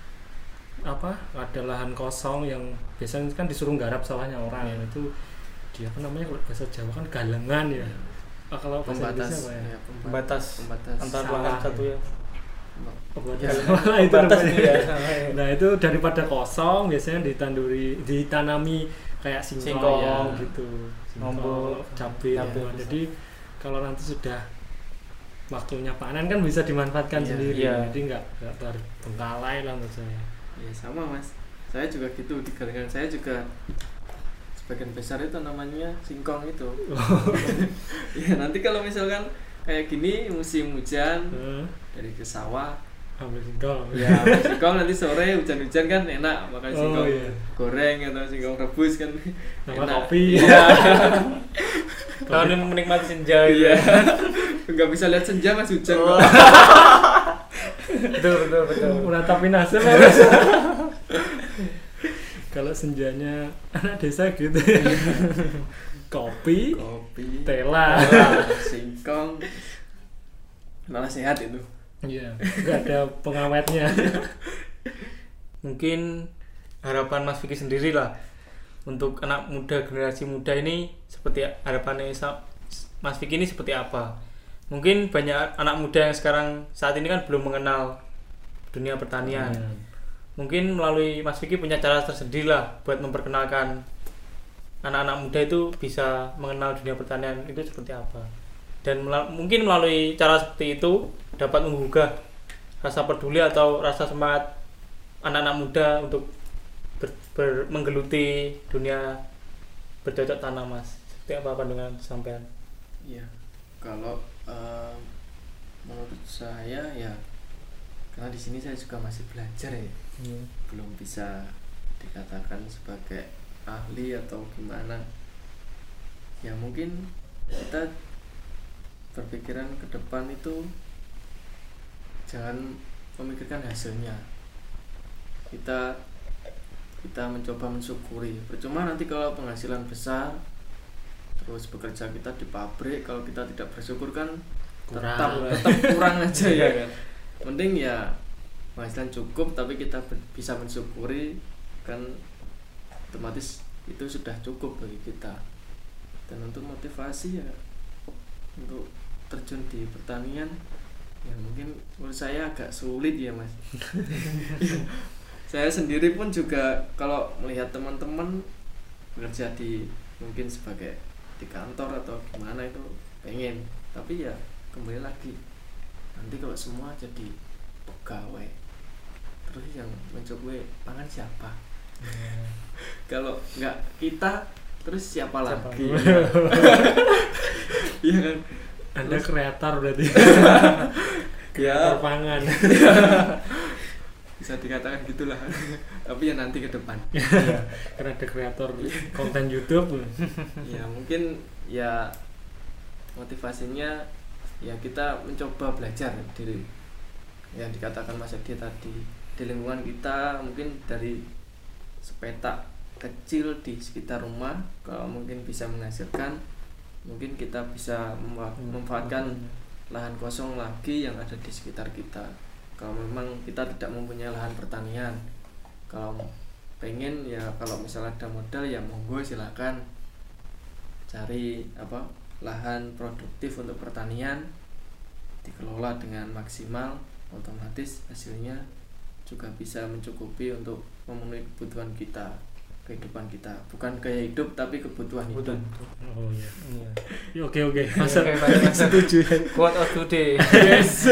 apa ada lahan kosong yang biasanya kan disuruh garap sawahnya orang Iya. itu dia apa namanya kalau bahasa Jawa kan galengan ya. Ah, kalau bahasa Pembatas, Indonesia apa ya? ya, Pembatas pembatas antar Sawah. lahan satu ya. Pembatas Ya, sawah itu Pembatas namanya. ya. Nah itu daripada kosong biasanya ditanduri ditanami kayak singkong, Singkong, gitu, lombok, cabai. cabai Nah, bisa. jadi kalau nanti sudah waktunya panen kan bisa dimanfaatkan Iya, sendiri. iya. Jadi nggak nggak terbengkalai lah menurut saya. Ya sama, Mas. Saya juga gitu, di galengan saya juga sebagian besar itu namanya singkong itu. Ya nanti kalau misalkan kayak gini musim hujan Heeh, dari ke sawah ambil singkong. ya ambil singkong nanti sore hujan-hujan kan enak makan Oh, singkong iya. goreng atau singkong rebus kan Sama enak. kopi. Iya. Kalau ini menikmati senja Iya. gitu. Nggak bisa lihat senja Mas hujan. Oh. kok. Betul betul betul. Meratapi nasib ya, Mas. Kalau senjanya anak desa gitu. kopi, kopi, tela, singkong, malah sehat itu. iya, nggak ada pengawetnya. Mungkin harapan Mas Vicky sendiri lah untuk anak muda, generasi muda ini seperti harapannya Mas Vicky ini seperti apa? Mungkin banyak anak muda yang sekarang saat ini kan belum mengenal dunia pertanian. Hmm. Mungkin melalui Mas Vicky punya cara tersendiri lah buat memperkenalkan anak-anak muda itu bisa mengenal dunia pertanian itu seperti apa. Dan mel- mungkin melalui cara seperti itu dapat menggugah rasa peduli atau rasa semangat anak-anak muda untuk ber, ber, menggeluti dunia bercocok tanam, Mas. Seperti apa pandangan sampean? Iya, kalau uh, menurut saya ya, karena di sini saya juga masih belajar ya, hmm. belum bisa dikatakan sebagai ahli atau gimana. Ya mungkin kita berpikiran ke depan itu jangan memikirkan hasilnya. Kita kita mencoba mensyukuri. Percuma nanti kalau penghasilan besar terus bekerja kita di pabrik, kalau kita tidak bersyukur kan kurang. tetap tetap kurang aja ya kan. Mending ya penghasilan cukup tapi kita bisa mensyukuri, kan otomatis itu sudah cukup bagi kita. Dan untuk motivasi ya untuk terjun di pertanian ya mungkin menurut saya agak sulit ya Mas. Saya sendiri pun juga kalau melihat teman-teman bekerja di mungkin sebagai di kantor atau gimana itu pengen, tapi ya kembali lagi nanti kalau semua jadi pegawai terus yang mencoba pangan siapa? Hmm. Kalau nggak kita terus siapa, siapa lagi? Iya kan? Anda kreator berarti. Kreator pangan. Bisa dikatakan gitulah. Tapi ya nanti ke depan. Ya, karena ada kreator konten YouTube. Ya mungkin ya motivasinya ya kita mencoba belajar diri. Yang dikatakan Mas Edi tadi, di lingkungan kita mungkin dari sepetak kecil di sekitar rumah, kalau mungkin bisa menghasilkan, mungkin kita bisa memanfaatkan lahan kosong lagi yang ada di sekitar kita. Kalau memang kita tidak mempunyai lahan pertanian, kalau pengen ya kalau misalnya ada modal ya monggo silakan cari apa lahan produktif untuk pertanian, dikelola dengan maksimal, otomatis hasilnya juga bisa mencukupi untuk memenuhi kebutuhan kita, kehidupan kita, bukan gaya hidup tapi kebutuhan hidup. Oh iya. Iya. Oke oke. Masa setuju. Quote of today. Yes.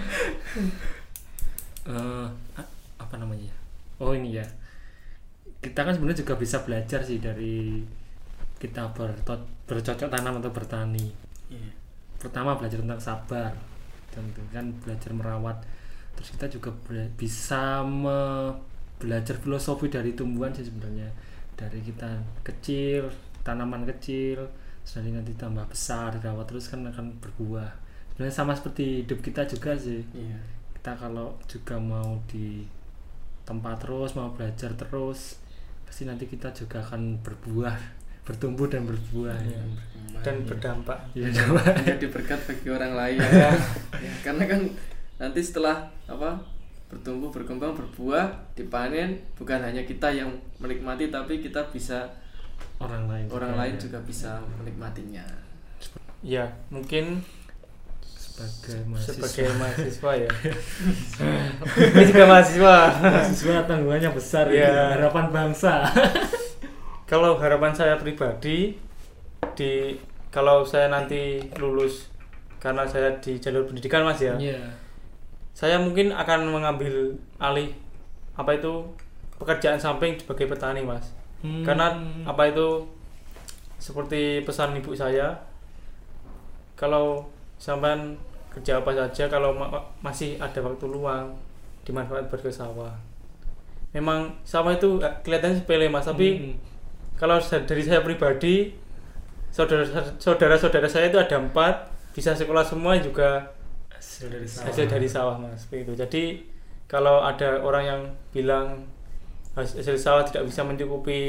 uh, apa namanya? Oh ini ya. Kita kan sebenarnya juga bisa belajar sih dari kita berto- bercocok tanam atau bertani. Yeah. Pertama belajar tentang sabar, tentu kan belajar merawat. Terus kita juga be- bisa me- belajar filosofi dari tumbuhan sih sebenarnya, dari kita kecil, tanaman kecil, setelah nanti tambah besar, dirawat terus kan akan berbuah. Sebenarnya sama seperti hidup kita juga sih. Iya. Kita kalau juga mau di tempat terus, mau belajar terus, pasti nanti kita juga akan berbuah, bertumbuh dan berbuah. Iya. Ya. Dan berdampak. Ya, jadi berkat bagi orang lain. Ya. Ya, karena kan nanti setelah apa? bertumbuh, berkembang, berbuah, dipanen, bukan hanya kita yang menikmati tapi kita bisa orang lain orang juga, lain ya. juga bisa menikmatinya. Ya, mungkin sebagai mahasiswa, sebagai mahasiswa ya. Ini juga mahasiswa. Mahasiswa tanggungannya besar ya, ya. Harapan bangsa. Kalau harapan saya pribadi di kalau saya nanti lulus karena saya di jalur pendidikan Mas ya. Yeah. Saya mungkin akan mengambil alih apa itu pekerjaan samping sebagai petani Mas. Hmm. Karena apa itu seperti pesan ibu saya, kalau sampean kerja apa saja kalau ma- masih ada waktu luang dimanfaatkan buat ke sawah. Memang sawah itu kelihatannya sepele Mas, tapi hmm. kalau dari saya pribadi, saudara-saudara saya itu ada empat, bisa sekolah semua juga hasil dari sawah, hasil dari sawah Mas, begitu. Jadi kalau ada orang yang bilang hasil sawah tidak bisa mencukupi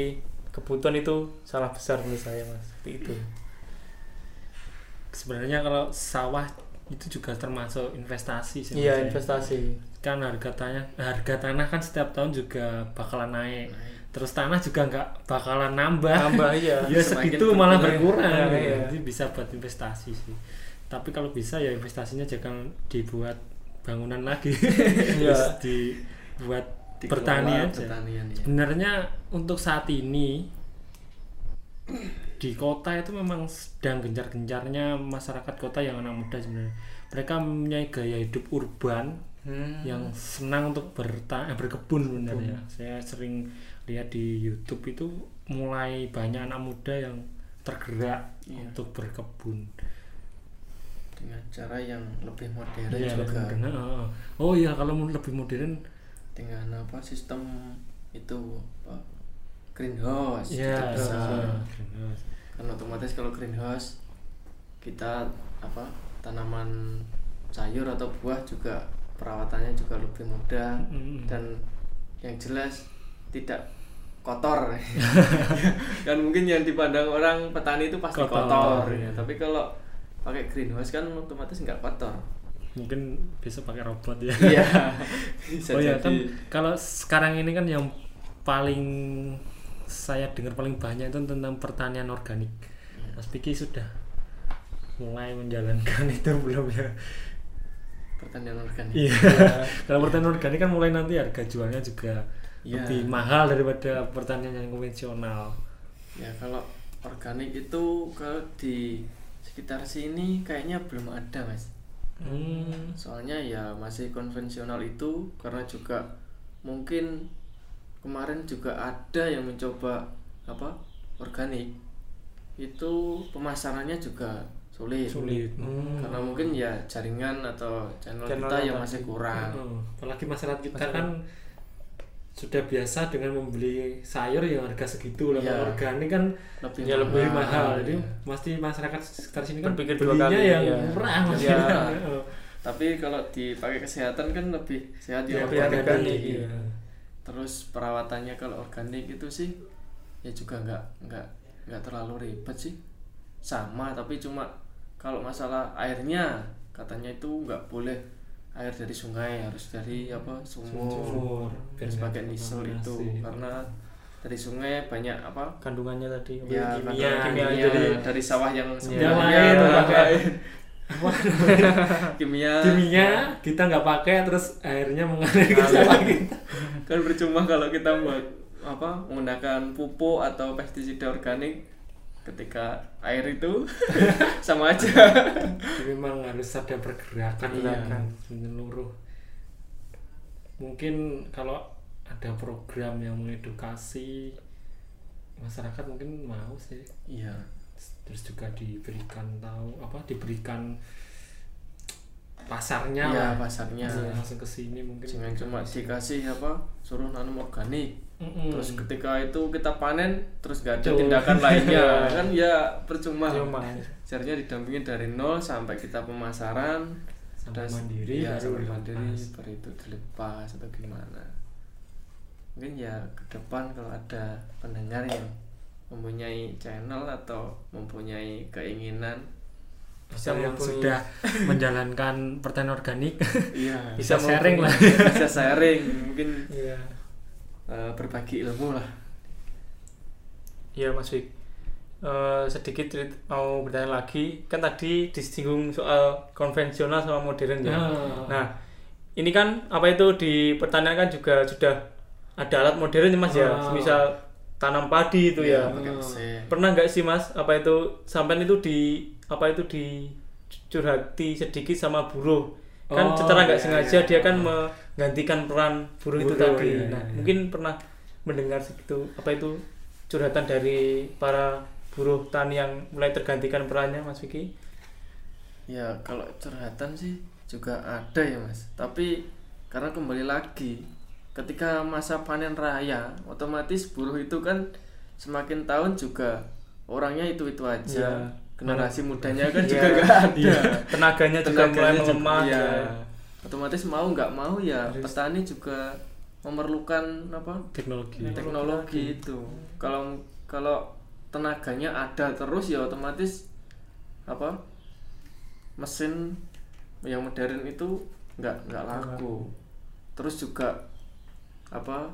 kebutuhan itu salah besar menurut saya mas. Seperti itu. Sebenarnya kalau sawah itu juga termasuk investasi sih. Iya maksudnya. investasi. Kan harga tanah harga tanah kan setiap tahun juga bakalan naik. Terus tanah juga nggak bakalan nambah. Nambah iya. Ya segitu malah berkurang. Ya, gitu. iya. Jadi bisa buat investasi sih. Tapi kalau bisa ya investasinya jangan dibuat bangunan lagi. Iya. Terus dibuat Dikelola pertanian aja. pertanian, ya. Sebenarnya untuk saat ini di kota itu memang sedang gencar-gencarnya masyarakat kota yang anak muda sebenarnya. Mereka mempunyai gaya hidup urban Hmm. yang senang untuk berta eh, berkebun sebenarnya. Saya sering lihat di YouTube itu mulai banyak anak muda yang tergerak Iya. untuk berkebun. Dengan cara yang lebih modern Iya, juga. lebih modern. Oh, oh iya kalau mau lebih modern Dengan apa sistem itu apa, greenhouse ya itu bisa. greenhouse. Kan otomatis kalau greenhouse kita apa tanaman sayur atau buah juga perawatannya juga lebih mudah Mm. dan yang jelas tidak kotor. Kan mungkin yang dipandang orang petani itu pasti Kotor, kotor, iya. tapi kalau pakai greenhouse kan otomatis nggak kotor. Mungkin besok pakai robot ya. Iya. Bisa Oh ya jadi. kan kalau sekarang ini kan yang paling saya dengar paling banyak itu tentang pertanian organik. Mas Piki sudah mulai menjalankan itu belum ya? Pertanian organik. Iya. Kalau pertanian organik kan mulai nanti harga jualnya juga Iya. lebih mahal daripada pertanian yang konvensional. Ya kalau organik itu kalau di sekitar sini kayaknya belum ada mas. Hmm. Soalnya ya masih konvensional itu karena juga mungkin kemarin juga ada yang mencoba apa organik itu pemasarannya juga sulit. Sulit. Hmm. Karena mungkin ya jaringan atau channel, Channel kita yang yang tadi. masih kurang. Oh, apalagi masyarakat kita Masyarakat. kan sudah biasa dengan membeli sayur yang harga segitu lah. Iya. Kalau organik kan Lebih Ya, lebih mahal. mahal. Jadi Iya. pasti masyarakat sekitar sini kan Berpikir dua belinya kali, yang iya. murah Iya. maksudnya. Oh. Tapi kalau dipakai kesehatan kan lebih sehat Ya, ya lebih organik. organik, iya. Terus perawatannya kalau organik itu sih ya juga nggak nggak nggak terlalu ribet sih, sama tapi cuma kalau masalah airnya katanya itu nggak boleh air dari sungai, harus dari apa sumur, Sumur. harus Biar pakai nggak nisel itu kontaminasi. karena dari sungai banyak apa Kandungannya tadi ya kimia, kimia, kimia. dari dari sawah yang Yang sebenarnya lain, orang pakai- lain. kimia Kimia kita nggak pakai terus airnya mengalir ke sawah kita. kan percuma kalau kita buat apa menggunakan pupuk atau pestisida organik ketika air itu sama aja. Jadi memang harus ada pergerakan Iya. kan menyeluruh. Mungkin kalau ada program yang mengedukasi masyarakat mungkin mau sih. Iya. Terus juga diberikan tahu apa diberikan pasarnya Iya, lah. pasarnya. Bisa langsung ke sini mungkin. Jangan cuma dikasih apa suruh nanam organik. Mm-mm. Terus ketika itu kita panen terus gak ada Tuh. tindakan lainnya kan ya percuma. Cuma Seharusnya didampingin dari nol sampai kita pemasaran Sampai terus- mandiri, ya, baru sampai mandiri dilepas. baru itu dilepas atau gimana. Mungkin ya ke depan kalau ada pendengar yang mempunyai channel atau mempunyai keinginan bisa Atau yang menghubungi- sudah menjalankan pertanian organik iya bisa Bisa sharing lah. bisa sharing mungkin iya. eh, berbagi ilmu lah. Iya Mas Wik. Eh, sedikit cerit- mau bertanya lagi, kan tadi disinggung soal konvensional sama modern ya. Ah. Nah, ini kan apa itu di pertanian kan juga sudah ada alat modern ya Mas ya, Ah. misal tanam padi itu ya. pakai mesin. Pernah nggak sih Mas apa itu sampai itu di apa itu dicurhati sedikit sama buruh? Kan Oh, secara nggak iya, sengaja iya. dia kan menggantikan peran buruh, itu Buruh, tadi. iya, Nah, iya. mungkin pernah mendengar segitu apa itu curhatan dari para buruh tani yang mulai tergantikan perannya Mas Vicky? Ya kalau curhatan sih juga ada ya mas, tapi karena kembali lagi ketika masa panen raya otomatis buruh itu kan semakin tahun juga orangnya itu itu aja. Iya. Generasi mudanya kan Iya. juga nggak ada. Iya. Tenaganya juga mulai Tenaganya juga- melemah. iya. Ya. Otomatis mau nggak mau ya Harus- petani juga memerlukan apa Teknologi. teknologi itu. Kalau kalau tenaganya ada terus ya otomatis apa mesin yang modern itu nggak nggak laku. Terus juga apa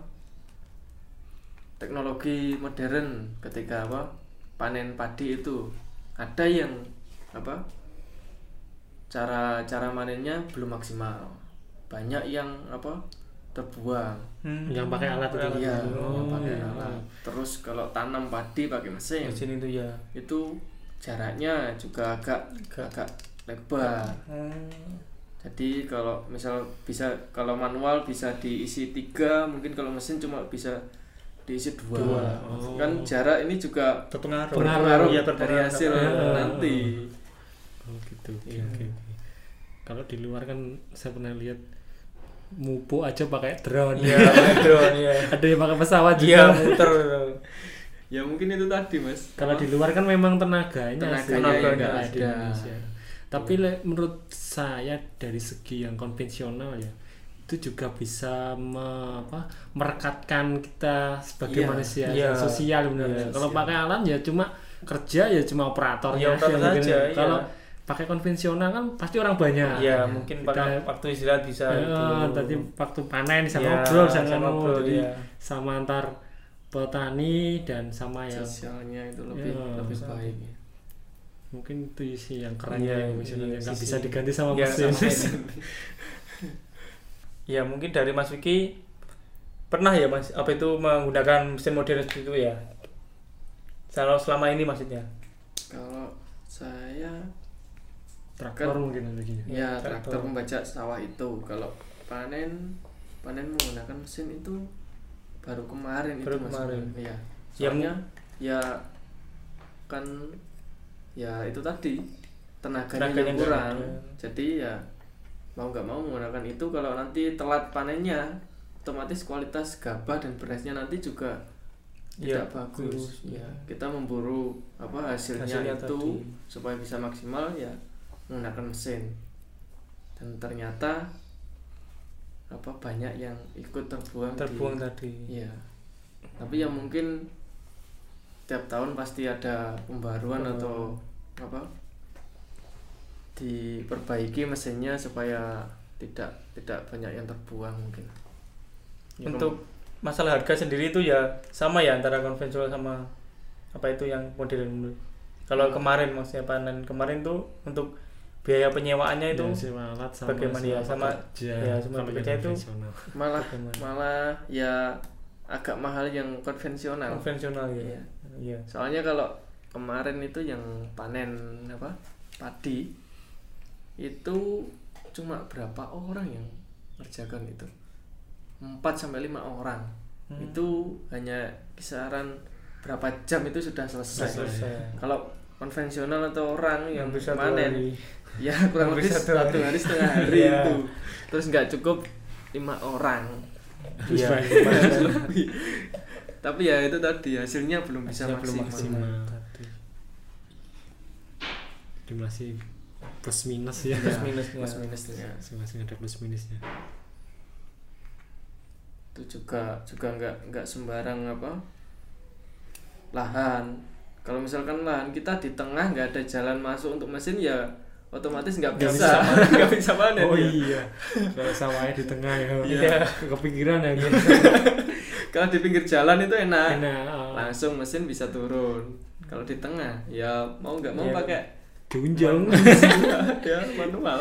teknologi modern ketika apa panen padi itu ada yang apa cara cara manennya belum maksimal, banyak yang apa terbuang. Hmm. Yang pakai alat itu. Iya, Oh. yang pakai alat. Terus kalau tanam padi pakai mesin, Mesin itu ya. itu jaraknya juga agak agak lebar. Hmm. Jadi kalau misal bisa kalau manual bisa diisi tiga, mungkin kalau mesin cuma bisa diisi dua. Dua. Oh. Kan jarak ini juga Berpengaruh. berpengaruh Iya, dari berpengaruh. hasil Ah. nanti. Oh gitu. Oke Iya. oke. oke. Kalau di luar kan saya pernah lihat mupuk aja pakai drone. Iya, drone ya. Ada yang pakai pesawat Iya, juga. muter. Ya mungkin itu tadi mas. Kalau di luar kan memang tenaganya, Tenaganya sih, yang nggak nggak ada di ada. Indonesia. Tapi le- menurut saya dari segi yang konvensional ya itu juga bisa me- apa, merekatkan kita sebagai Iya, manusia iya. sosial benar. Iya, Kalau sosial. pakai alat ya cuma kerja ya cuma operatornya Iya, operator aja mungkin. saja, iya. Kalau pakai konvensional kan pasti orang banyak. Iya, mungkin pada Kita- waktu istirahat bisa Eh, itu. tadi waktu panen bisa Iya, ngobrol bisa bisa ngomong. ngobrol, Jadi iya. sama antar petani dan sama yang Sosialnya itu lebih Ya, lebih bisa. baik. mungkin itu sih yang keren Iya, ya, yang iya, misalnya nggak sisi- bisa diganti sama iya, mesin. sama mesin. Ya mungkin dari Mas Vicky pernah ya Mas apa itu menggunakan mesin modern seperti itu ya? Kalau selama ini maksudnya? Kalau saya Traktor Kan- mungkin lagi. ya traktor. traktor membaca sawah itu. Kalau panen panen menggunakan mesin itu baru kemarin Baru itu mas. kemarin. Iya. Ya, Soalnya ya kan ya itu tadi tenaganya, Tenaganya yang nggak kurang. ada. Jadi ya mau nggak mau menggunakan itu. Kalau nanti telat panennya, otomatis kualitas gabah dan berasnya nanti juga Ya, tidak bagus. bagus. Ya, kita memburu apa hasilnya, Hasilnya itu tadi. supaya bisa maksimal ya menggunakan mesin. Dan ternyata apa banyak yang ikut terbuang, Terbuang di, tadi. Iya. Tapi ya mungkin tiap tahun pasti ada pembaruan Pembaruan. atau apa diperbaiki mesinnya supaya tidak tidak banyak yang terbuang mungkin. Ya, Untuk masalah harga sendiri itu ya sama ya antara konvensional sama apa itu yang modern. Kalau kemarin maksudnya panen kemarin tuh untuk biaya penyewaannya itu Ya, sewa alat sama bagaimana ya? Sama- pekerja. ya, sama Kalau pekerja yang itu konvensional. malah bagaimana? malah ya agak mahal yang konvensional. konvensional ya. Iya. Iya. Soalnya kalau kemarin itu yang panen apa padi itu cuma berapa orang yang ngerjakan itu, empat sampai lima orang. Hmm. Itu hanya kisaran berapa jam itu sudah selesai. Selesai. Kalau konvensional atau orang yang Hampir satu panen hari. ya kurang Hampir lebih satu satu hari. hari setengah hari Iya. itu, terus nggak cukup lima orang. Iya. Lebih. Tapi ya itu tadi hasilnya belum bisa Hasilnya belum maksimal. maksimal. Tadi. Jadi masih plus minus ya. Plus minusnya. Plus minusnya. Masing-masing ada plus minusnya. Itu juga juga nggak nggak sembarang apa lahan. Kalau misalkan lahan kita di tengah nggak ada jalan masuk untuk mesin ya otomatis nggak Nggak bisa bisa nggak bisa panen Oh ya. iya. Kalau sawahnya di tengah ya. Iya. Kepikiran ya. Kalau di pinggir jalan itu enak, Enak. oh. langsung mesin bisa turun. Kalau di tengah ya mau nggak mau Iya. pakai Diunjang. ya manual.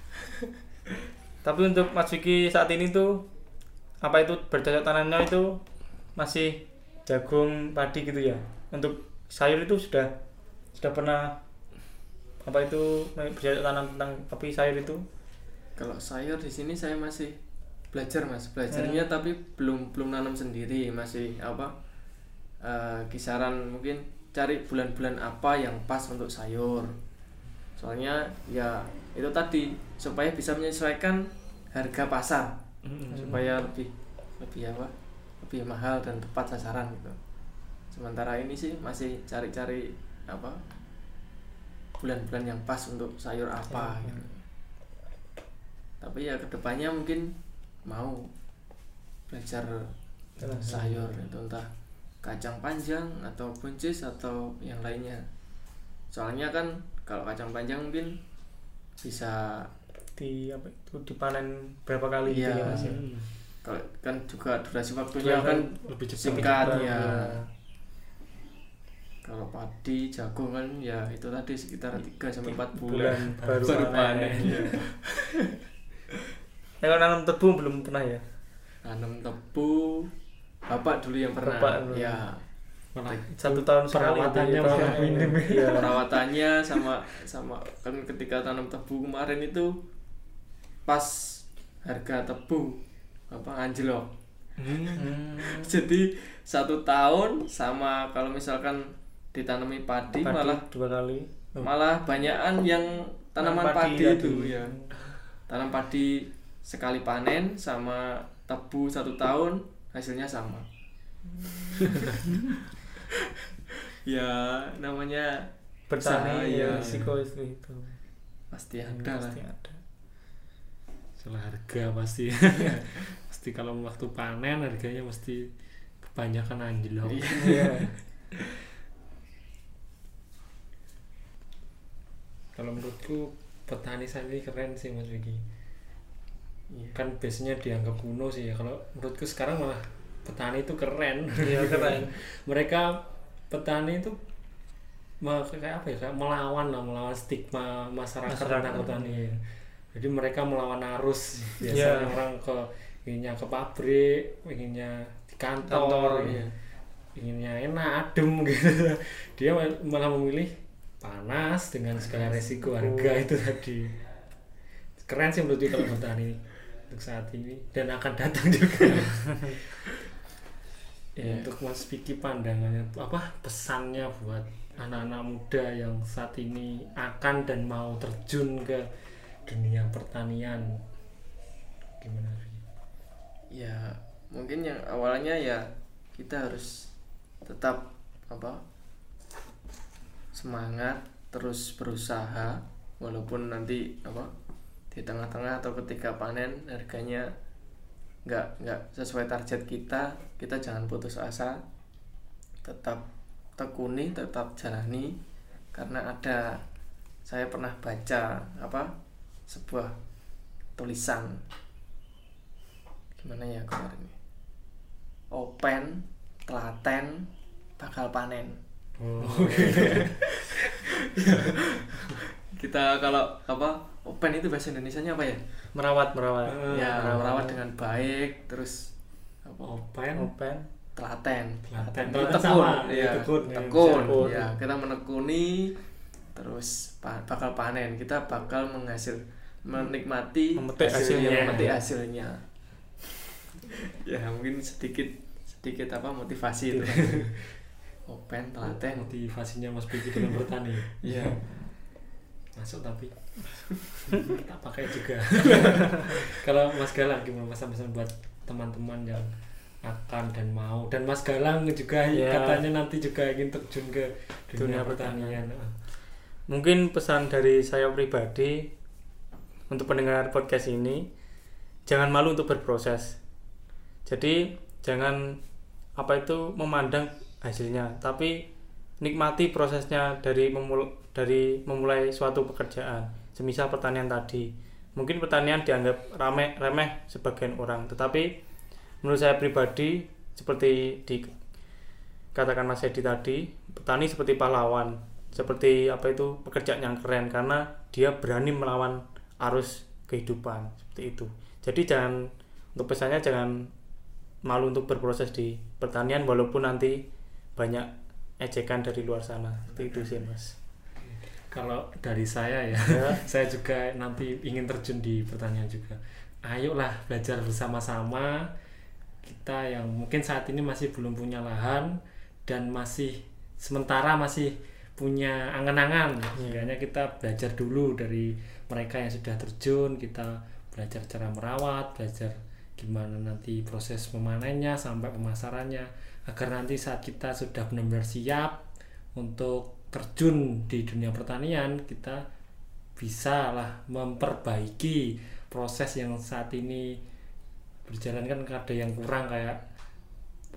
Tapi untuk Mas Vicky saat ini tuh apa itu bercocok tanamnya itu masih jagung padi gitu ya. Untuk sayur itu sudah sudah pernah apa itu bercocok tanam tentang tapi sayur itu Kalau sayur di sini saya masih belajar mas, belajarnya tapi belum belum nanam sendiri, masih apa eh, kisaran mungkin cari bulan-bulan apa yang pas untuk sayur. Soalnya ya itu tadi supaya bisa menyesuaikan harga pasar, supaya lebih lebih apa lebih mahal dan tepat sasaran gitu. Sementara ini sih masih cari-cari apa bulan-bulan yang pas untuk sayur apa Hmm. gitu. Tapi ya kedepannya mungkin mau belajar sayur itu entah kacang panjang atau buncis atau yang lainnya. Soalnya kan kalau kacang panjang mungkin bisa di apa itu dipanen berapa kali iya, gitu ya Mas. Kalau kan juga durasi waktunya Iya, kan lebih cepat. singkat cepat, ya. ya. Kalau padi, jagung kan ya itu tadi sekitar tiga sampai empat bulan, bulan baru, baru panen. panen. Ya. Ya, kalau nanam tebu belum pernah ya? Tanam tebu, bapak dulu yang pernah. Bapak dulu. Ya. Malah Satu tahun sekali perawatannya gitu, malah ya. minim. Iya. Perawatannya sama sama kan ketika tanam tebu kemarin itu pas harga tebu apa anjlok. Hmm. Jadi satu tahun sama kalau misalkan ditanami padi, Padi malah dua kali. Oh. malah banyakan yang tanaman Tanam padi, padi itu tadi. ya. Tanam padi sekali panen sama tebu satu tahun hasilnya sama. Ya namanya Bertani saya, ya risiko itu. itu. pasti ada lah. Pasti ada. Salah harga pasti. Pasti kalau waktu panen harganya mesti kebanyakan anjlok. Iya. Kalau menurutku petani saat ini keren sih Mas Vicky. Iya. Kan biasanya dianggap kuno sih ya. Kalau menurutku sekarang malah petani itu keren. Iya, keren. Mereka petani itu me- kayak apa ya? Kayak melawan lah, melawan stigma masyarakat Masyarakat. tentang petani. Jadi mereka melawan arus. Biasanya Iya. orang ke inginnya ke pabrik, inginnya di kantor, Kantor, ya. iya. Inginnya enak, adem gitu. Dia mal- malah memilih panas dengan segala resiko harga itu tadi. Keren sih menurutku kalau petani untuk saat ini dan akan datang juga. Ya, untuk Mas Vicky pandangannya apa pesannya buat anak-anak muda yang saat ini akan dan mau terjun ke dunia pertanian, gimana Vicky? Ya mungkin yang awalnya ya kita harus tetap apa semangat terus berusaha walaupun nanti apa di tengah-tengah atau ketika panen harganya nggak nggak sesuai target kita, kita jangan putus asa, tetap tekuni, tetap jalani. Karena ada, saya pernah baca apa sebuah tulisan gimana ya kemarin, open telaten bakal panen. Oh, Kita kalau apa open itu bahasa Indonesianya apa ya? Merawat, merawat. Ya merawat. merawat dengan baik, terus apa open, Open. telaten, Telaten. itu Telaten tekun, sama, ya, tekun. tekun, Tekun. ya kita menekuni, terus pa- bakal panen, kita bakal menghasil, menikmati Memetik hasilnya. memetik hasilnya. Ya mungkin sedikit sedikit apa motivasi itu. Open telaten. motivasinya Mas Vicky dalam bertani. Iya. Masuk tapi tak pakai juga. Kalau Mas Galang gimana pesan-pesan buat teman-teman yang akan dan mau, dan Mas Galang juga Ya. katanya nanti juga ingin terjun ke dunia, Dunia pertanian. Mungkin pesan dari saya pribadi untuk pendengar podcast ini, jangan malu untuk berproses. Jadi jangan apa itu memandang hasilnya, tapi nikmati prosesnya dari memul dari memulai suatu pekerjaan. Semisal pertanian tadi, mungkin pertanian dianggap remeh remeh sebagian orang, tetapi menurut saya pribadi seperti dikatakan Mas Edi tadi, petani seperti pahlawan, seperti apa itu pekerjaan yang keren karena dia berani melawan arus kehidupan seperti itu. Jadi jangan, untuk pesannya jangan malu untuk berproses di pertanian walaupun nanti banyak ejekan dari luar sana. Seperti itu sih Mas. Kalau dari saya ya, Ya. saya juga nanti ingin terjun di pertanian juga. Ayolah belajar bersama-sama. Kita yang mungkin saat ini masih belum punya lahan dan masih sementara masih punya angan-angan, sebenarnya kita belajar dulu dari mereka yang sudah terjun. Kita belajar cara merawat, belajar gimana nanti proses memanennya sampai pemasarannya, agar nanti saat kita sudah benar-benar siap untuk terjun di dunia pertanian, kita bisa lah memperbaiki proses yang saat ini berjalan. Kan ada yang kurang, kayak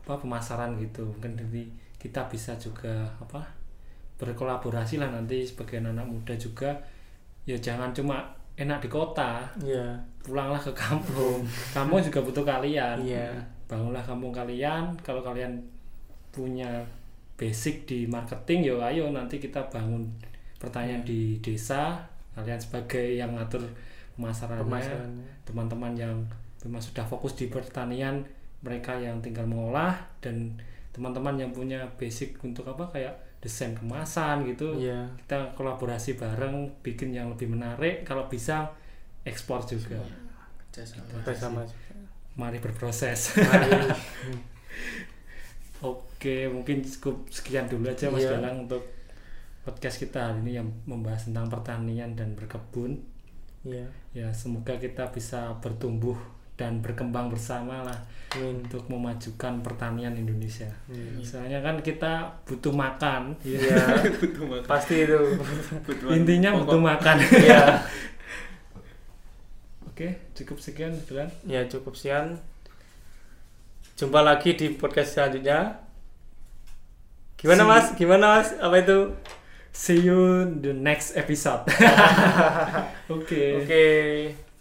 apa pemasaran gitu. Mungkin jadi kita bisa juga apa berkolaborasi lah nanti sebagai anak muda juga. Ya jangan cuma enak di kota, Iya. pulanglah ke kampung. Kampung juga butuh kalian. Iya. Bangunlah kampung kalian. Kalau kalian punya basic di marketing, yo ayo nanti kita bangun pertanian di desa. Kalian sebagai yang ngatur pemasarannya, Pemasarannya. teman-teman yang memang sudah fokus di pertanian, mereka yang tinggal mengolah, dan teman-teman yang punya basic untuk apa kayak desain kemasan gitu. Iya. Kita kolaborasi bareng, bikin yang lebih menarik. Kalau bisa ekspor juga. Kerjasama. Bersama. Mari berproses. Mari. Oke, mungkin cukup sekian dulu aja Mas Iya. Galang untuk podcast kita hari ini yang membahas tentang pertanian dan berkebun. Iya. Ya, semoga kita bisa bertumbuh dan berkembang bersama lah Amin. untuk memajukan pertanian Indonesia. Iya. Soalnya kan kita butuh makan. Ya. Iya. Butuh makan. Pasti itu. Kebutuhan Intinya pokok. butuh makan. Iya. Oke, cukup sekian Galang. Ya cukup sekian. Jumpa lagi di podcast selanjutnya. Gimana See- Mas? Gimana Mas? Apa itu? See you in the next episode. Oke. Oke.